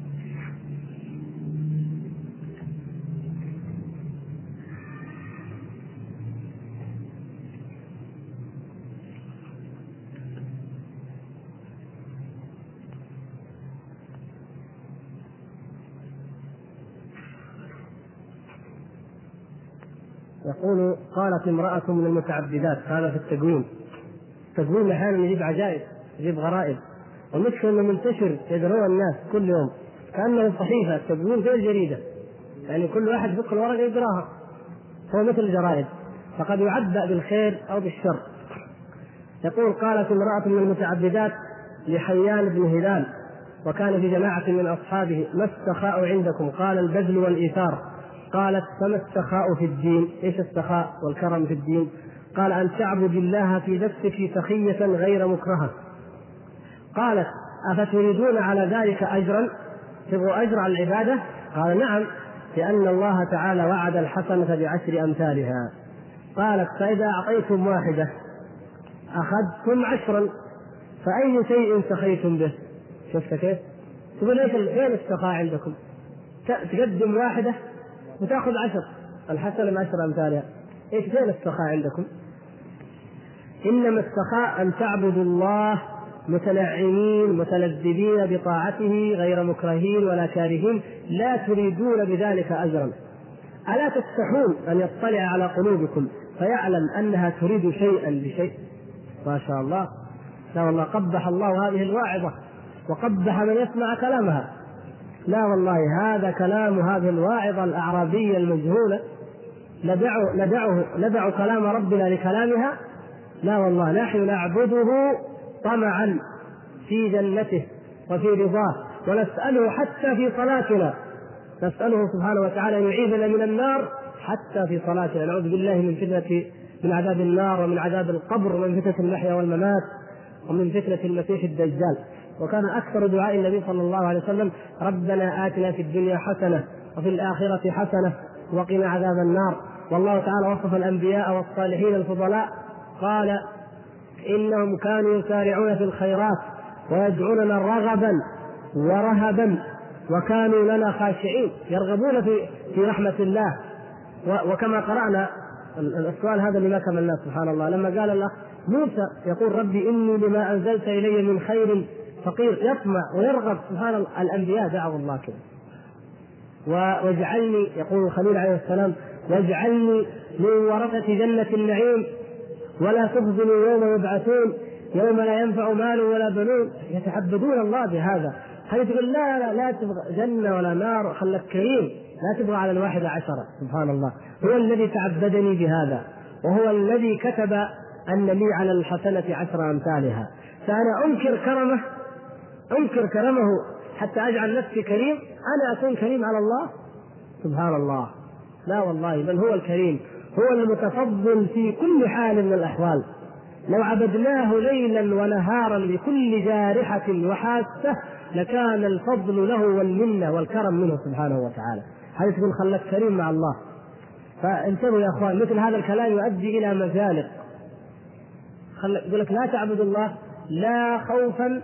يقول: قالت امرأة من المتعبدات، هذا في التقويم. التقويم أحيانا يجيب عجائب، يجيب غرائب، والمشكلة أنه منتشر يدرون الناس كل يوم كأنه صحيفة. التقويم زي الجريدة، يعني كل واحد يدخل ورقة يقراها، هو مثل الجرائد، فقد يعبأ بالخير أو بالشر. يقول: قالت امرأة من المتعبدات لحيان بن هلال، وكان في جماعة من أصحابه: ما السخاء عندكم؟ قال: البذل والإيثار. قالت: فما السخاء في الدين؟ ايش السخاء والكرم في الدين؟ قال: ان تعبد الله في نفسك سخية غير مكرهة. قالت: افتريدون على ذلك اجرا؟ تبغوا اجر على العبادة؟ قال: نعم، لان الله تعالى وعد الحسنة ب10 أمثالها. قالت: فاذا اعطيتم واحدة اخذتم 10، فاي شيء سخيتم به؟ شفت كيف؟ تقول: ايش فين السخاء عندكم؟ تقدم واحدة وتأخذ 10، الحسنة ب10 أمثالها. إيش فين السخاء عندكم؟ إنما السخاء أن تعبدوا الله متنعمين متلذذين بطاعته غير مكرهين ولا كارهين، لا تريدون بذلك أجرا. ألا تستحون أن يطلع على قلوبكم فيعلم أنها تريد شيئا بشيء؟ ما شاء الله. لا والله، قبح الله هذه الواعظة وقبح من يسمع كلامها. لا والله، هذا كلام هذه الواعظة الأعرابية المجهولة. ندع كلام ربنا لكلامها؟ لا والله، نحن نعبده طمعا في جنته وفي رضاه، ونسأله حتى في صلاتنا، نسأله سبحانه وتعالى أن يعيذنا من النار حتى في صلاتنا. نعوذ بالله من عذاب النار ومن عذاب القبر ومن فتنة المحيا والممات ومن فتنة المسيح الدجال. وكان أكثر دعاء النبي صلى الله عليه وسلم: ربنا آتنا في الدنيا حسنة وفي الآخرة حسنة وقنا عذاب النار. والله تعالى وصف الأنبياء والصالحين الفضلاء قال: إنهم كانوا يسارعون في الخيرات ويدعوننا رغبا ورهبا وكانوا لنا خاشعين، يرغبون في رحمة الله. وكما قرأنا السؤال هذا لما كملناه سبحان الله، لما قال الله موسى يقول: ربي إني لما أنزلت إلي من خير فقير، يطمع ويرغب. سبحان الله، الأنبياء دعوا الله كذا. واجعلني، يقول الخليل عليه السلام: واجعلني من ورثة جنة النعيم ولا تخزني يوم يبعثون يوم لا ينفع مال ولا بنون. يتعبدون الله بهذا. هل تقول لا تبغى جنة ولا نار، خلك كريم، لا تبغى على 11. سبحان الله، هو الذي تعبدني بهذا، وهو الذي كتب أن لي على الحسنة 10 أمثالها. فأنا أنكر كرمه حتى أجعل نفسي كريم؟ أنا أكون كريم على الله؟ سبحان الله. لا والله، بل هو الكريم، هو المتفضل في كل حال من الأحوال. لو عبدناه ليلا ونهارا بكل جارحة وحاسة لكان الفضل له والمنة والكرم منه سبحانه وتعالى. هذا تقول خلك كريم مع الله. فانتبهوا يا أخوان، مثل هذا الكلام يؤدي إلى مزالق. يقول لك: لا تعبد الله لا خوفا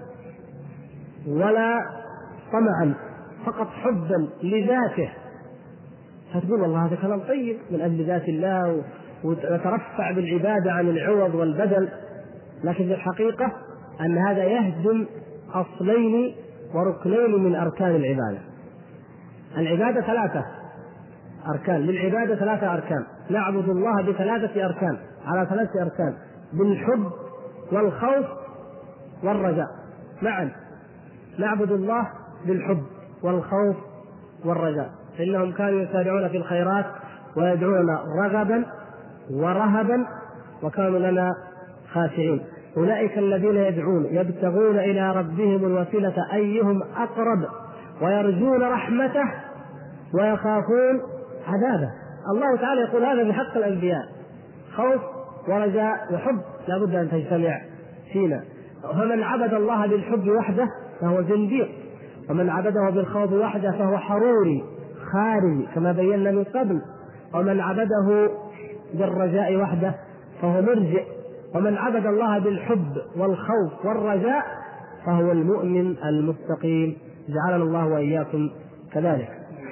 ولا طمعا، فقط حبا لذاته. فتقول والله هذا كلام طيب من أجل ذات الله، وترفع بالعبادة عن العوض والبدل. لكن الحقيقة أن هذا يهدم أصلين وركنين من أركان العبادة. العبادة 3 أركان، للعبادة 3 أركان. نعبد الله ب3 أركان، على 3 أركان: بالحب والخوف والرجاء معا. نعبد الله بالحب والخوف والرجاء، فإنهم كانوا يسارعون في الخيرات ويدعوننا رغبا ورهبا وكانوا لنا خاشعين. أولئك الذين يدعون يبتغون إلى ربهم الوسيلة أيهم أقرب ويرجون رحمته ويخافون عذابه. الله تعالى يقول هذا بحق الأنبياء: خوف ورجاء وحب لا بد أن تجتمع فينا. فمن عبد الله بالحب وحده فهو زنديق، ومن عبده بالخوف وحده فهو حروري خارجي كما بينا من قبل. ومن عبده بالرجاء وحده فهو مرجئ، ومن عبد الله بالحب والخوف والرجاء فهو المؤمن المستقيم، جعلنا الله وإياكم كذلك.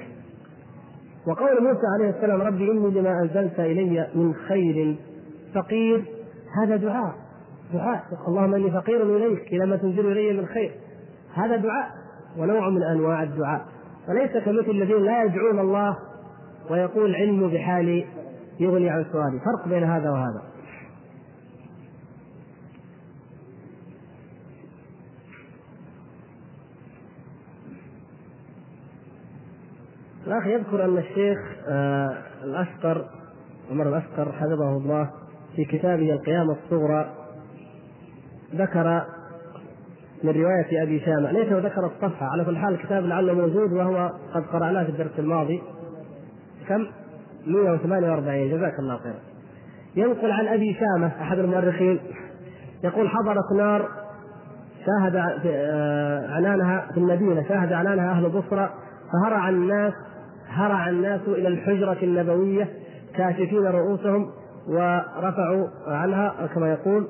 وقول موسى عليه السلام ربي إني لما أنزلت إلي من خير فقير، هذا دعاء اللهم إني فقير إليك إلى ما تنزل إلي من خير، هذا دعاء ونوع من أنواع الدعاء، وليس كمثل الذين لا يدعون الله ويقول علم بحالي يغني عن سؤالي. فرق بين هذا وهذا. الأخ يذكر أن الشيخ الأشقر عمر الأشقر حفظه الله في كتابه القيامة الصغرى ذكر من رواية أبي شامة، ليته ذكر الصفحة، على كل حال الكتاب لعله موجود وهو قد قرأناه في الدرس الماضي، كم 148. جزاك الله خيرا. ينقل عن أبي شامة أحد المؤرخين يقول حضرت نار شاهد عنانها في المدينة، شاهد عنانها أهل بصرة، فهرع الناس إلى الحجرة النبوية كاشفين رؤوسهم ورفعوا عنها كما يقول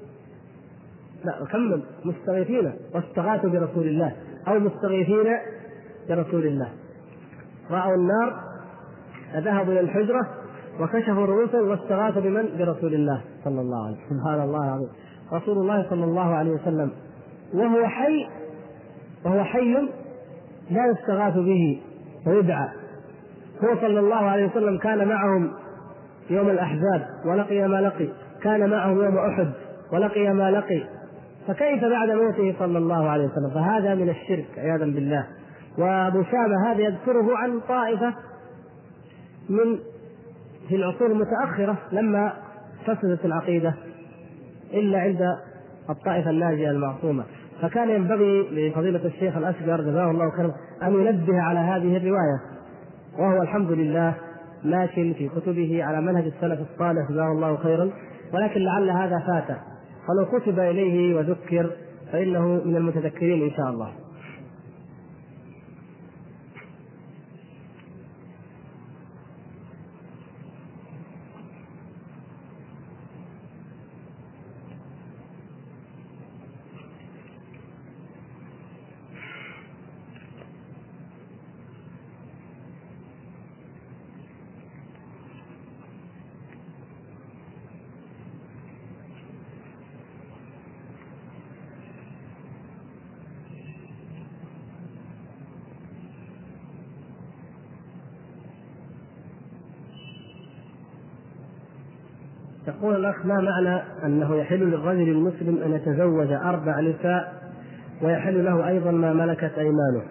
مستغيثين واستغاثوا برسول الله أو مستغيثين برسول الله. رأوا النار ذهبوا إلى الحجرة وكشفوا رؤوسهم واستغاثوا برسول الله صلى الله عليه وسلم. سبحان الله العظيم. رسول الله صلى الله عليه وسلم وهو حي لا يستغاث به ويدعى. هو صلى الله عليه وسلم كان معهم يوم الأحزاب ولقي ما لقي، كان معهم يوم أحد ولقي ما لقي، فكيف بعد موته صلى الله عليه وسلم؟ فهذا من الشرك عياذا بالله. وأبو شامة هذا يذكره عن طائفة من في العصور المتأخرة لما فسدت العقيدة إلا عند الطائفة الناجية المعصومة، فكان ينبغي لفضيلة الشيخ الأشقر جزاه الله خيرا أن ينبه على هذه الرواية، وهو الحمد لله ماشٍ في كتبه على منهج السلف الصالح جزاه الله خيرا، ولكن لعل هذا فاته، فلو كتب إليه وذكر فإنه من المتذكرين إن شاء الله. يقول الأخ ما معنى أنه يحل للرجل المسلم أن يتزوج 4 نساء ويحل له أيضا ما ملكت أيمانه؟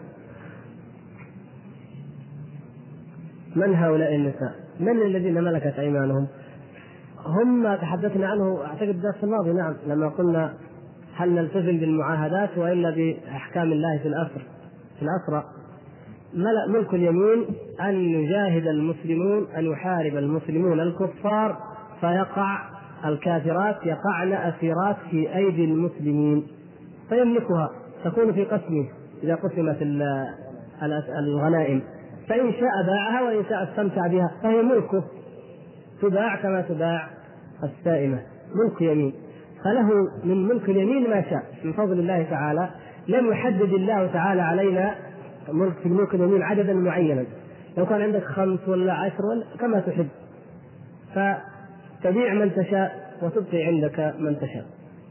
من هؤلاء النساء؟ من الذين ملكت أيمانهم؟ هم تحدثنا عنه أعتقد الدرس الماضي، نعم، لما قلنا هل نلتزم بالمعاهدات وإلا بأحكام الله في الأسرى. ملك اليمين أن يجاهد المسلمون، أن يحارب المسلمون الكفار فيقع الكافرات يقعن أسيرات في أيدي المسلمين فيملكها، تكون في قسمه إذا قسمت الغنائم، فإن شاء باعها وإن شاء استمتع بها، فهي ملكه، تباع كما تباع السائمة، ملك يمين، فله من ملك اليمين ما شاء من فضل الله تعالى. لم يحدد الله تعالى علينا في ملك اليمين عددا معينا، لو كان عندك 5 ولا 10 ولا كما تحب، فتبيع من تشاء وتبقي عندك من تشاء،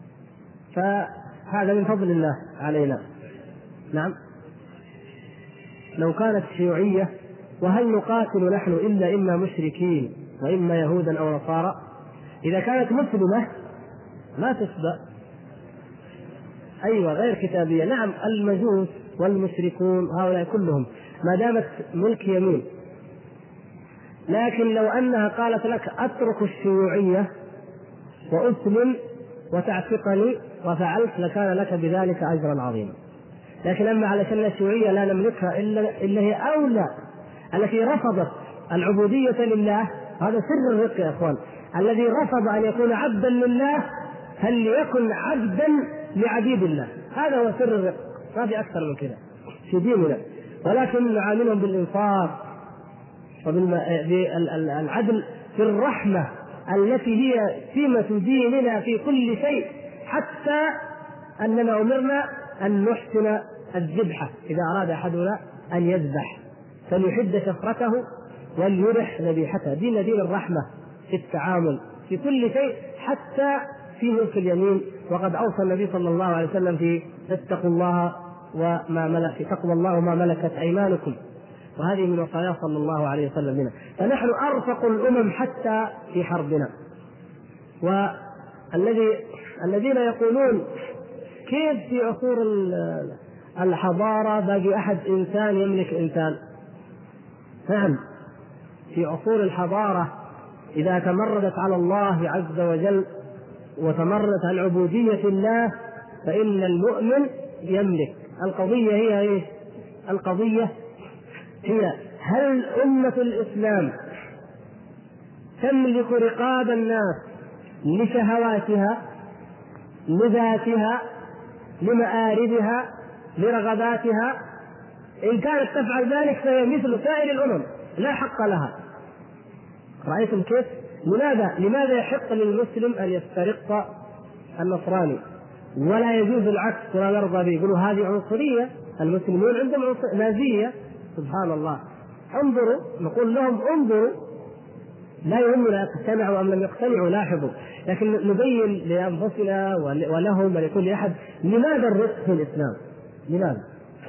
فهذا من فضل الله علينا. نعم. لو كانت شيوعية وهل نقاتل نحن إلا إما مشركين وإما يهودا أو نصارى؟ إذا كانت مسلمة ما تسبأ، أيوة غير كتابية، نعم، المجوس والمشركون هؤلاء كلهم ما دامت ملك يمين. لكن لو أنها قالت لك أترك الشيوعية وأسلم وتعتقني وفعلت لكان لك بذلك أجرا عظيما. لكن أما علشان الشيوعية لا نملكها إلا هي أولى، التي رفضت العبودية لله، هذا سر الرق يا أخوان، الذي رفض أن يكون عبدا لله فليكن عبدا لعبيد الله، هذا هو سر الرق، ما في أكثر من كذا في ديننا. ولكن نعاملهم بالإنصاف وبالعدل في الرحمة التي هي سمة ديننا في كل شيء، حتى أننا أمرنا أن نحسن الذبحة إذا أراد أحدنا أن يذبح فليحد شفرته وليرح ذبيحته. دين الرحمة في التعامل في كل شيء، حتى في ملك اليمين. وقد أوصى النبي صلى الله عليه وسلم في اتقوا الله تقوى الله وما ملكت أيمانكم، وهذه من وصاياه صلى الله عليه وسلم لنا. فنحن أرفق الأمم حتى في حربنا. والذين يقولون كيف في عصور الحضارة باقي أحد إنسان يملك إنسان؟ نعم، في عصور الحضارة إذا تمردت على الله عز وجل وتمردت عن عبودية الله فإن المؤمن يملك. القضية هي إيه؟ القضية هي هل أمة الإسلام تملك رقاب الناس لشهواتها، لذاتها، لمآربها، لرغباتها؟ إن كانت تفعل ذلك فهي مثل سائر الأمم لا حق لها. رأيتم كيف؟ لماذا يحق للمسلم أن يسترق النصراني ولا يجوز العكس ولا يرضى به؟ يقولوا هذه عنصرية، المسلمون عندهم نازية. سبحان الله. انظروا، نقول لهم انظروا، لا يهمنا اقتنعوا أم لم يقتنعوا، لاحظوا، لكن نبين لأنفسنا ولهم ولكل أحد لماذا الرزق في الإسلام. لماذا؟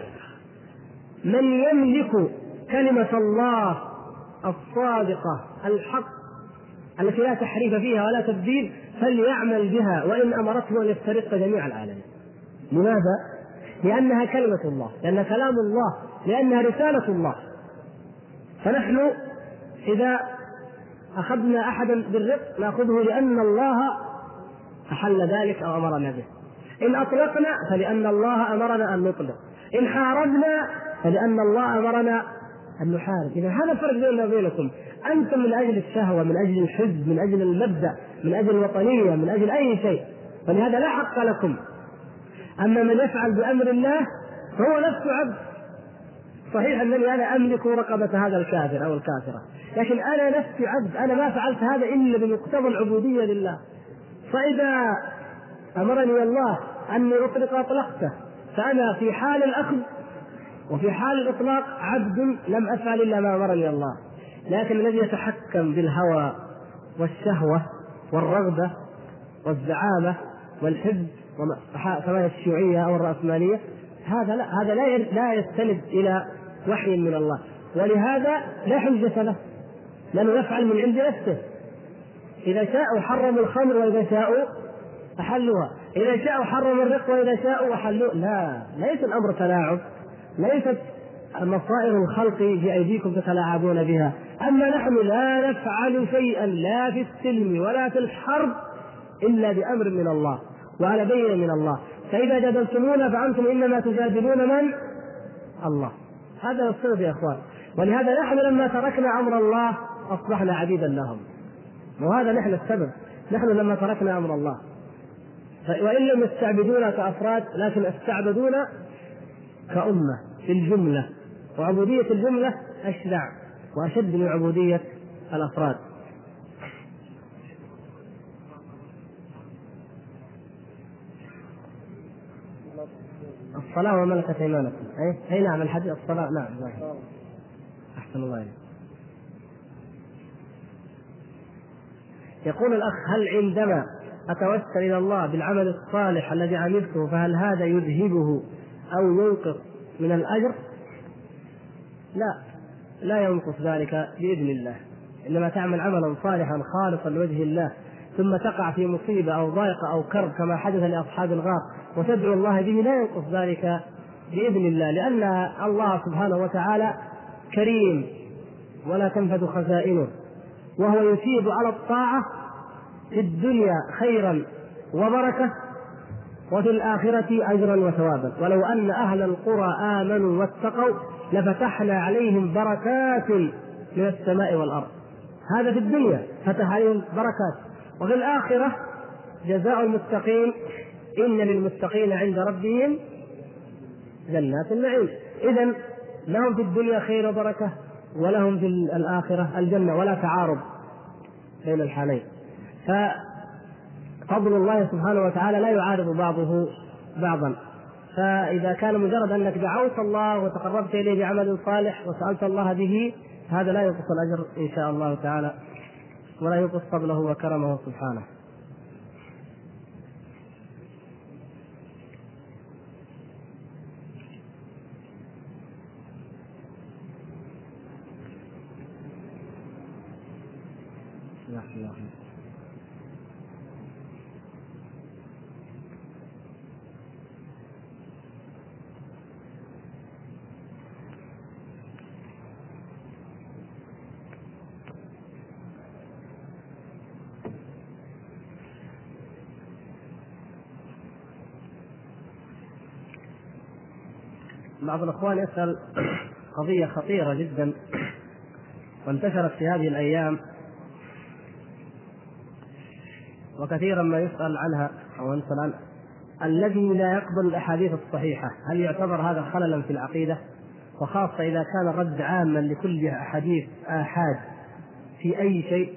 من يملك كلمة الله الصادقة الحق التي لا تحريف فيها ولا تبديل فليعمل بها وإن أمرته أن يفترق جميع العالمين. لماذا؟ لأنها كلمة الله، لأنها كلام الله، لأنها رسالة الله. فنحن إذا أخذنا أحدا بالرق نأخذه لأن الله أحل ذلك أو أمرنا به. إن أطلقنا فلأن الله أمرنا أن نطلق. إن حاربنا فلأن الله أمرنا أن نحارب. إذا هذا الفرق بيننا وبينكم. أنتم من أجل الشهوة، من أجل الحزب، من أجل المبدأ، من أجل الوطنية، من أجل أي شيء، فلهذا لا حق لكم. أما من يفعل بأمر الله فهو نفسه عبد. صحيح أنني أنا أملك رقبة هذا الكافر أو الكافرة، لكن أنا نفسي عبد، أنا ما فعلت هذا إلا بمقتضى العبودية لله. فإذا أمرني الله أني أطلق أطلقته، فأنا في حال الأخذ وفي حال الإطلاق عبد لم أفعل إلا ما أمرني الله. لكن الذي يتحكم بالهوى والشهوة والرغبة والزعامة والحب كما الشيوعية أو الرأسمالية، هذا لا يستند إلى وحي من الله، ولهذا لا حجة له، لأنه يفعل من عند نفسه. إذا شاءوا حرموا الخمر وإذا شاءوا أحلوها، إذا شاءوا حرموا الرق وإذا شاءوا أحلوها. لا، ليس الأمر تلاعب، ليست مصائر الخلق في أيديكم تتلاعبون بها. أما نحن لا نفعل شيئا لا في السلم ولا في الحرب إلا بأمر من الله وعلى بينة من الله. فإذا جادلتمونا فأنتم إنما تجادلون من؟ الله. هذا الصدق يا أخوان. ولهذا نحن لما تركنا أمر الله أصبحنا عبيدا لهم، وهذا نحن السبب. نحن لما تركنا أمر الله، وإن لم يستعبدونا كأفراد لكن استعبدونا كأمة في الجملة، وعبودية الجملة أشدع وأشد من عبودية الأفراد. الصلاة وملكت أيمانكم. أي نعم، الحديث الصلاة. نعم أحسن الله إليك. يقول الأخ: هل عندما أتوسل إلى الله بالعمل الصالح الذي عملته فهل هذا يذهبه أو ينقص من الأجر؟ لا ينقص ذلك بإذن الله. إنما تعمل عملا صالحا خالصا لوجه الله ثم تقع في مصيبة أو ضيقة أو كرب كما حدث لأصحاب الغار وتدعو الله به، لا ينقص ذلك بإذن الله، لأن الله سبحانه وتعالى كريم ولا تنفد خزائنه، وهو يثيب على الطاعة في الدنيا خيرا وبركة وفي الآخرة أجرا وثوابا. ولو أن أهل القرى آمنوا واتقوا لفتحنا عليهم بركات من السماء والأرض. هذا في الدنيا فتح عليهم بركات، وفي الآخرة جزاء المتقين إن للمتقين عند ربهم جنات النعيم. إذن لهم في الدنيا خير وبركة ولهم في الآخرة الجنة، ولا تعارض بين الحالين. ففضل الله سبحانه وتعالى لا يعارض بعضه بعضا. فإذا كان مجرد أنك دعوت الله وتقربت إليه بعمل صالح وسألت الله به، هذا لا ينقص الأجر إن شاء الله تعالى، ولا ينقص فضله وكرمه سبحانه. بعض الأخوان يسأل قضية خطيرة جدا وانتشرت في هذه الأيام، وكثيرا ما يسأل عنها أو يسأل عنها: الذي لا يقبل الأحاديث الصحيحة هل يعتبر هذا خللا في العقيدة؟ وخاصة إذا كان رد عاما لكل أحاديث آحاد في أي شيء.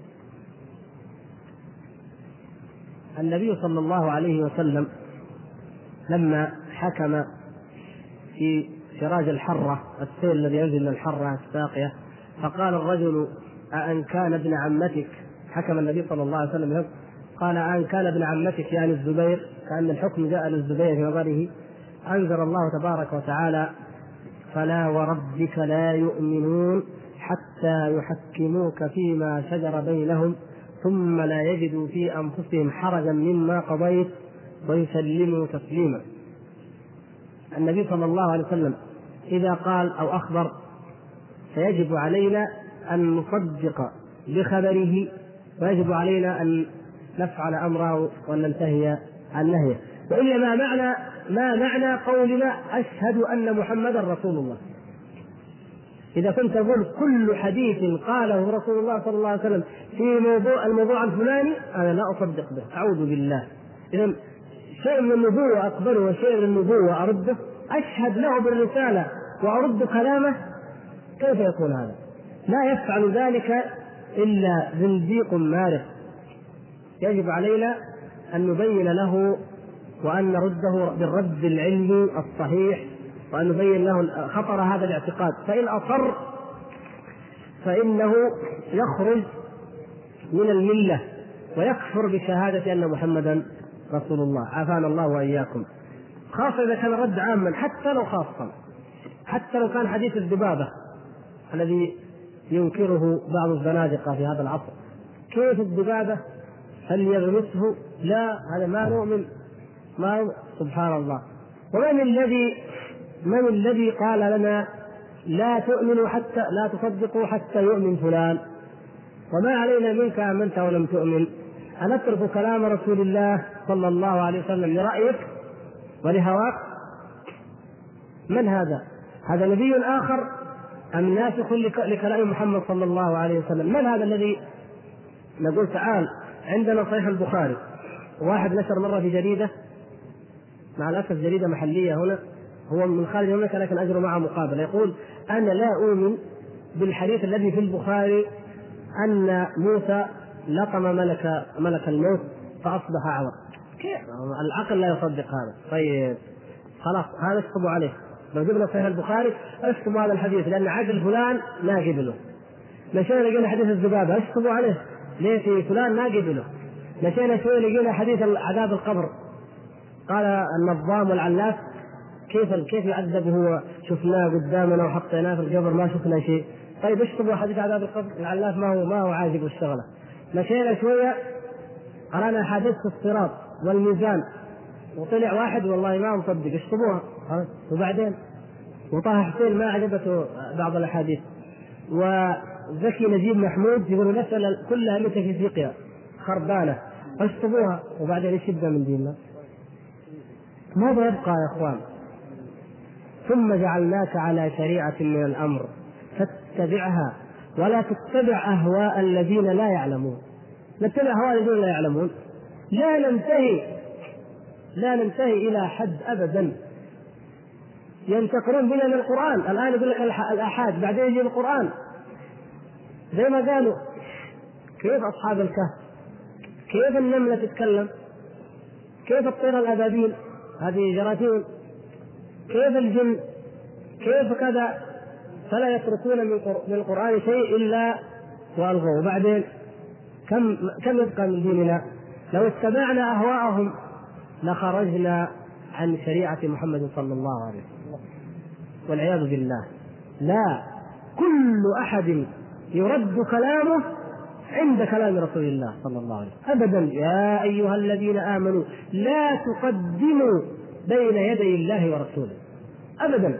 النبي صلى الله عليه وسلم لما حكم في سراج الحرة، السيل الذي ينزل من الحرة الساقية، فقال الرجل: أأن كان ابن عمتك؟ حكم النبي صلى الله عليه وسلم قال: أأن كان ابن عمتك، يعني الزبير، كأن الحكم جاء للزبير في نظره. أنزل الله تبارك وتعالى: فلا وربك لا يؤمنون حتى يحكموك فيما شجر بينهم ثم لا يجدوا في أنفسهم حرجا مما قضيت ويسلموا تسليما. النبي صلى الله عليه وسلم إذا قال أو أخبر فيجب علينا أن نصدق بخبره، ويجب علينا أن نفعل أمره وأن ننتهي عن نهيه. وإلا ما معنى قولنا أشهد أن محمدا رسول الله؟ إذا كنت تقول كل حديث قاله رسول الله صلى الله عليه وسلم في الموضوع الفلاني أنا لا أصدق به، أعوذ بالله. إذا شيء من النبوة أقبله وشيء من النبوة أرده، أشهد له بالرسالة وأرد كلامه، كيف يكون هذا؟ لا يفعل ذلك إلا زنديق مارق. يجب علينا أن نبين له وأن نرده بالرد العلمي الصحيح، وأن نبين له خطر هذا الاعتقاد، فإن أصر فإنه يخرج من الملة ويكفر بشهادة أن محمدا رسول الله، عافانا الله وإياكم. خاصة إذا كان رد عاما، حتى لو كان حديث الذبابة الذي ينكره بعض الزنادقة في هذا العصر. كيف الذبابة؟ هل يغمسه؟ لا، هذا ما نؤمن، ما سبحان الله. من الذي قال لنا لا تؤمنوا حتى لا تصدقوا حتى يؤمن فلان؟ وما علينا منك آمنت ولم تؤمن؟ أنترك كلام رسول الله صلى الله عليه وسلم لرأيك ولهواك؟ من هذا؟ هذا نبي آخر أم ناسخ لكلام محمد صلى الله عليه وسلم؟ من هذا الذي نقول تعال عندنا صحيح البخاري، واحد نشر مرة في جريدة، مع الأسف جريدة محلية هنا، هو من خارج المملكة لكن أجر معه مقابل، يقول: أنا لا أؤمن بالحديث الذي في البخاري أن موسى لطم ملك الموت فأصبح أعور. كيف؟ العقل لا يصدق هذا. طيب خلاص، هذا اشطبوا عليه. لو جبنا صحيح البخاري اشطبوا هذا الحديث، لأن عدل فلان ما قبله. مشينا لقينا حديث الذبابة اشطبوا عليه، ليه في فلان ما قبله. مشينا شوي لقينا حديث عذاب القبر، قال النظام والعلاف كيف يعذب هو؟ شفناه قدامنا وحطيناه في القبر ما شفنا شيء. طيب اشطبوا حديث عذاب القبر، العلاف ما هو عاجب الشغله. مشينا شويه قرانا حديث الصراط والميزان، وطلع واحد والله ما مصدق، اشطبوها. وبعدين وطه حسين ما عجبته بعض الاحاديث، وزكي نجيب محمود يقولوا المسألة كلها ميتافيزيقيا خربانة، اشطبوها. وبعدين ايش يبقى من ديننا؟ ماذا يبقى يا اخوان؟ ثم جعلناك على شريعة من الأمر فاتبعها ولا تتبع أهواء الذين لا يعلمون. نتبع أهواء الذين لا يعلمون، لا ننتهي إلى حد أبدا. ينتقلون بنا من القرآن. الآن يقول لك الآحاد، بعدين يجي القرآن. زي ما قالوا كيف أصحاب الكهف، كيف النملة تتكلم، كيف الطير الأبابيل هذه جراثيم، كيف الجن، كيف كذا، فلا يتركون من القرآن شيء إلا وألغوه. وبعدين كم يبقى من ديننا؟ لو اتبعنا أهواءهم لخرجنا عن شريعة محمد صلى الله عليه وسلم والعياذ بالله. لا، كل أحد يرد كلامه عند كلام رسول الله صلى الله عليه وسلم أبدا. يا أيها الذين آمنوا لا تقدموا بين يدي الله ورسوله أبدا.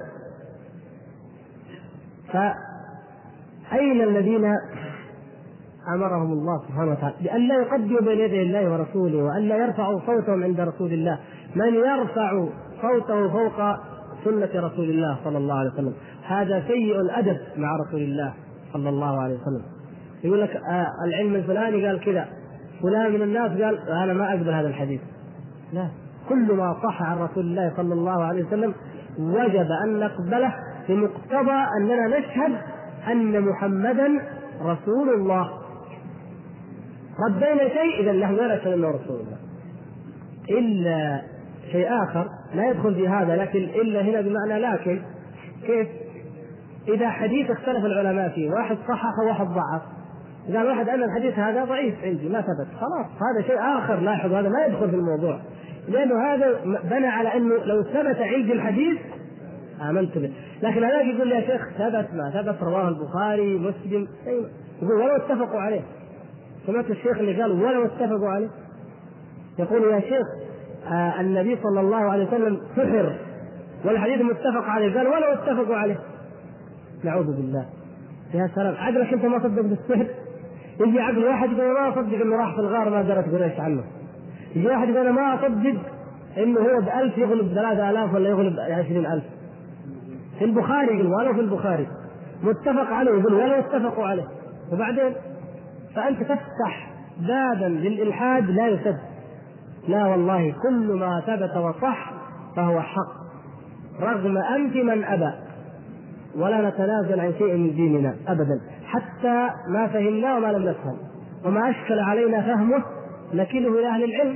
فأين الذين أمرهم الله سبحانه وتعالى بأن لا يقدموا بين يدي الله ورسوله وأن لا يرفعوا صوتهم عند رسول الله؟ من يرفع صوته فوق سنة رسول الله صلى الله عليه وسلم هذا سيء الأدب مع رسول الله صلى الله عليه وسلم. يقول لك العلم الفلاني قال كذا، فلان من الناس قال أنا ما أقبل هذا الحديث. لا، كل ما صح عن رسول الله صلى الله عليه وسلم وجب أن نقبله بمقتضى أننا نشهد أن محمدا رسول الله. ردينا شيء إذا نحن لا نشهد أنه رسول الله. إلا شيء آخر لا يدخل في هذا، لكن إلا هنا بمعنى لكن. كيف؟ إذا حديث اختلف العلماء فيه، واحد صحح وواحد ضعف، قال واحد أن الحديث هذا ضعيف عندي ما ثبت، خلاص هذا شيء آخر لاحظ، هذا ما يدخل في الموضوع، لأنه هذا بنى على أنه لو ثبت عندي الحديث آمنت به. لكن هذا يقول لي يا شيخ ثبت ما ثبت، رواه البخاري مسلم، يقول ولو اتفقوا عليه. سمعت الشيخ اللي قال ولو اتفقوا عليه؟ يقول يا شيخ النبي صلى الله عليه وسلم سحر والحديث متفق عليه، قال ولو اتفقوا عليه. نعوذ بالله. يا سلام، عقلك انت ما صدق بالسحر؟ يجي عقل واحد يقول ما اصدق انه راح في الغار ما درت قريش عنه. يجي واحد يقول ما اصدق انه هو ب1000 يغلب 3000 ولا يغلب 20000. في البخاري يقول ولو في البخاري متفق عليه، يقول ولو اتفقوا عليه. وبعدين فانت تفتح بابا للالحاد لا يسد. لا والله، كل ما ثبت وصح فهو حق رغم أنف من أبى، ولا نتنازل عن شيء من ديننا أبدا، حتى ما فهمناه وما لم نفهم، وما أشكل علينا فهمه نكله إلى أهل العلم.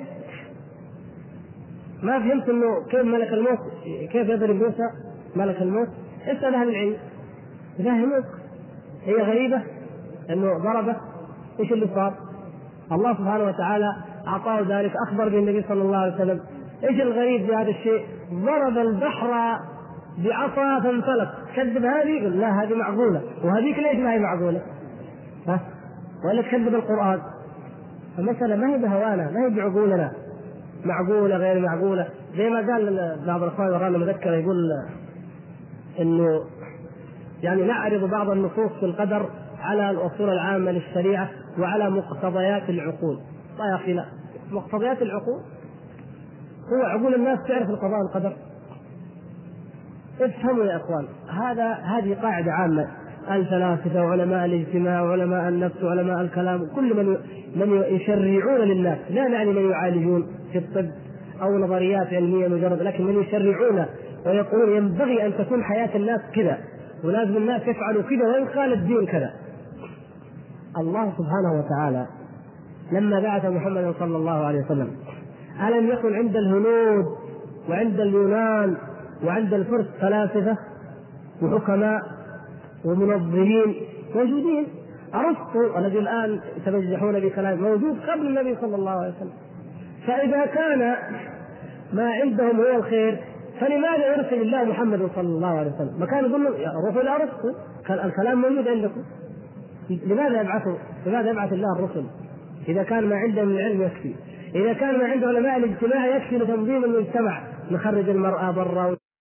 ما فهمت أنه كيف ملك الموت، كيف يضرب موسى ملك الموت، اسأل أهل العلم يفهموك. هي غريبة أنه ضربه، إيش اللي صار؟ الله سبحانه وتعالى أعطاه ذلك، أخبر بالنبي صلى الله عليه وسلم. إيش الغريب في هذا الشيء؟ ضرب البحر بعصا فانفلق. كذب هذه؟ لا هذه معقولة، وهذيك ليش ما هي معقولة؟ ولا تكذب القرآن؟ فمسألة ما هي بهوانا، ما هي بعقولنا، معقولة غير معقولة. زي ما قال بعض الأخوان ورانا مذكرة يقول إنه يعني نعرض بعض النصوص في القدر على الأصول العامة للشريعة وعلى مقتضيات العقول. يا أخي لا، مقتضيات العقول هو عقول الناس تعرف القضاء والقدر. افهموا يا اخوان، هذه قاعده عامه. الفلاسفه وعلماء الاجتماع وعلماء النفس وعلماء الكلام، كل من يشرعون للناس، لا نعني من يعالجون في الطب او نظريات علميه مجرد، لكن من يشرعون ويقولون ينبغي ان تكون حياه الناس كذا، ولازم الناس يفعلوا كذا وان قال الدين كذا. الله سبحانه وتعالى لما بعث محمدا صلى الله عليه وسلم ألم يكن عند الهنود وعند اليونان وعند الفرس فلاسفة وحكماء ومنظرين موجودين؟ أرسطو الذي الآن يتمجحون بكلام موجود قبل النبي صلى الله عليه وسلم. فإذا كان ما عندهم هو الخير فلماذا يرسل الله محمد صلى الله عليه وسلم؟ ما كان يقول روحوا إلى أرسطو، الكلام موجود عندكم، لماذا يبعث الله الرسل إذا كان ما عنده من العلم يكفي؟ إذا كان ما عنده علماء الاجتماع يكفي لتنظيم المجتمع، نخرج المرأة برا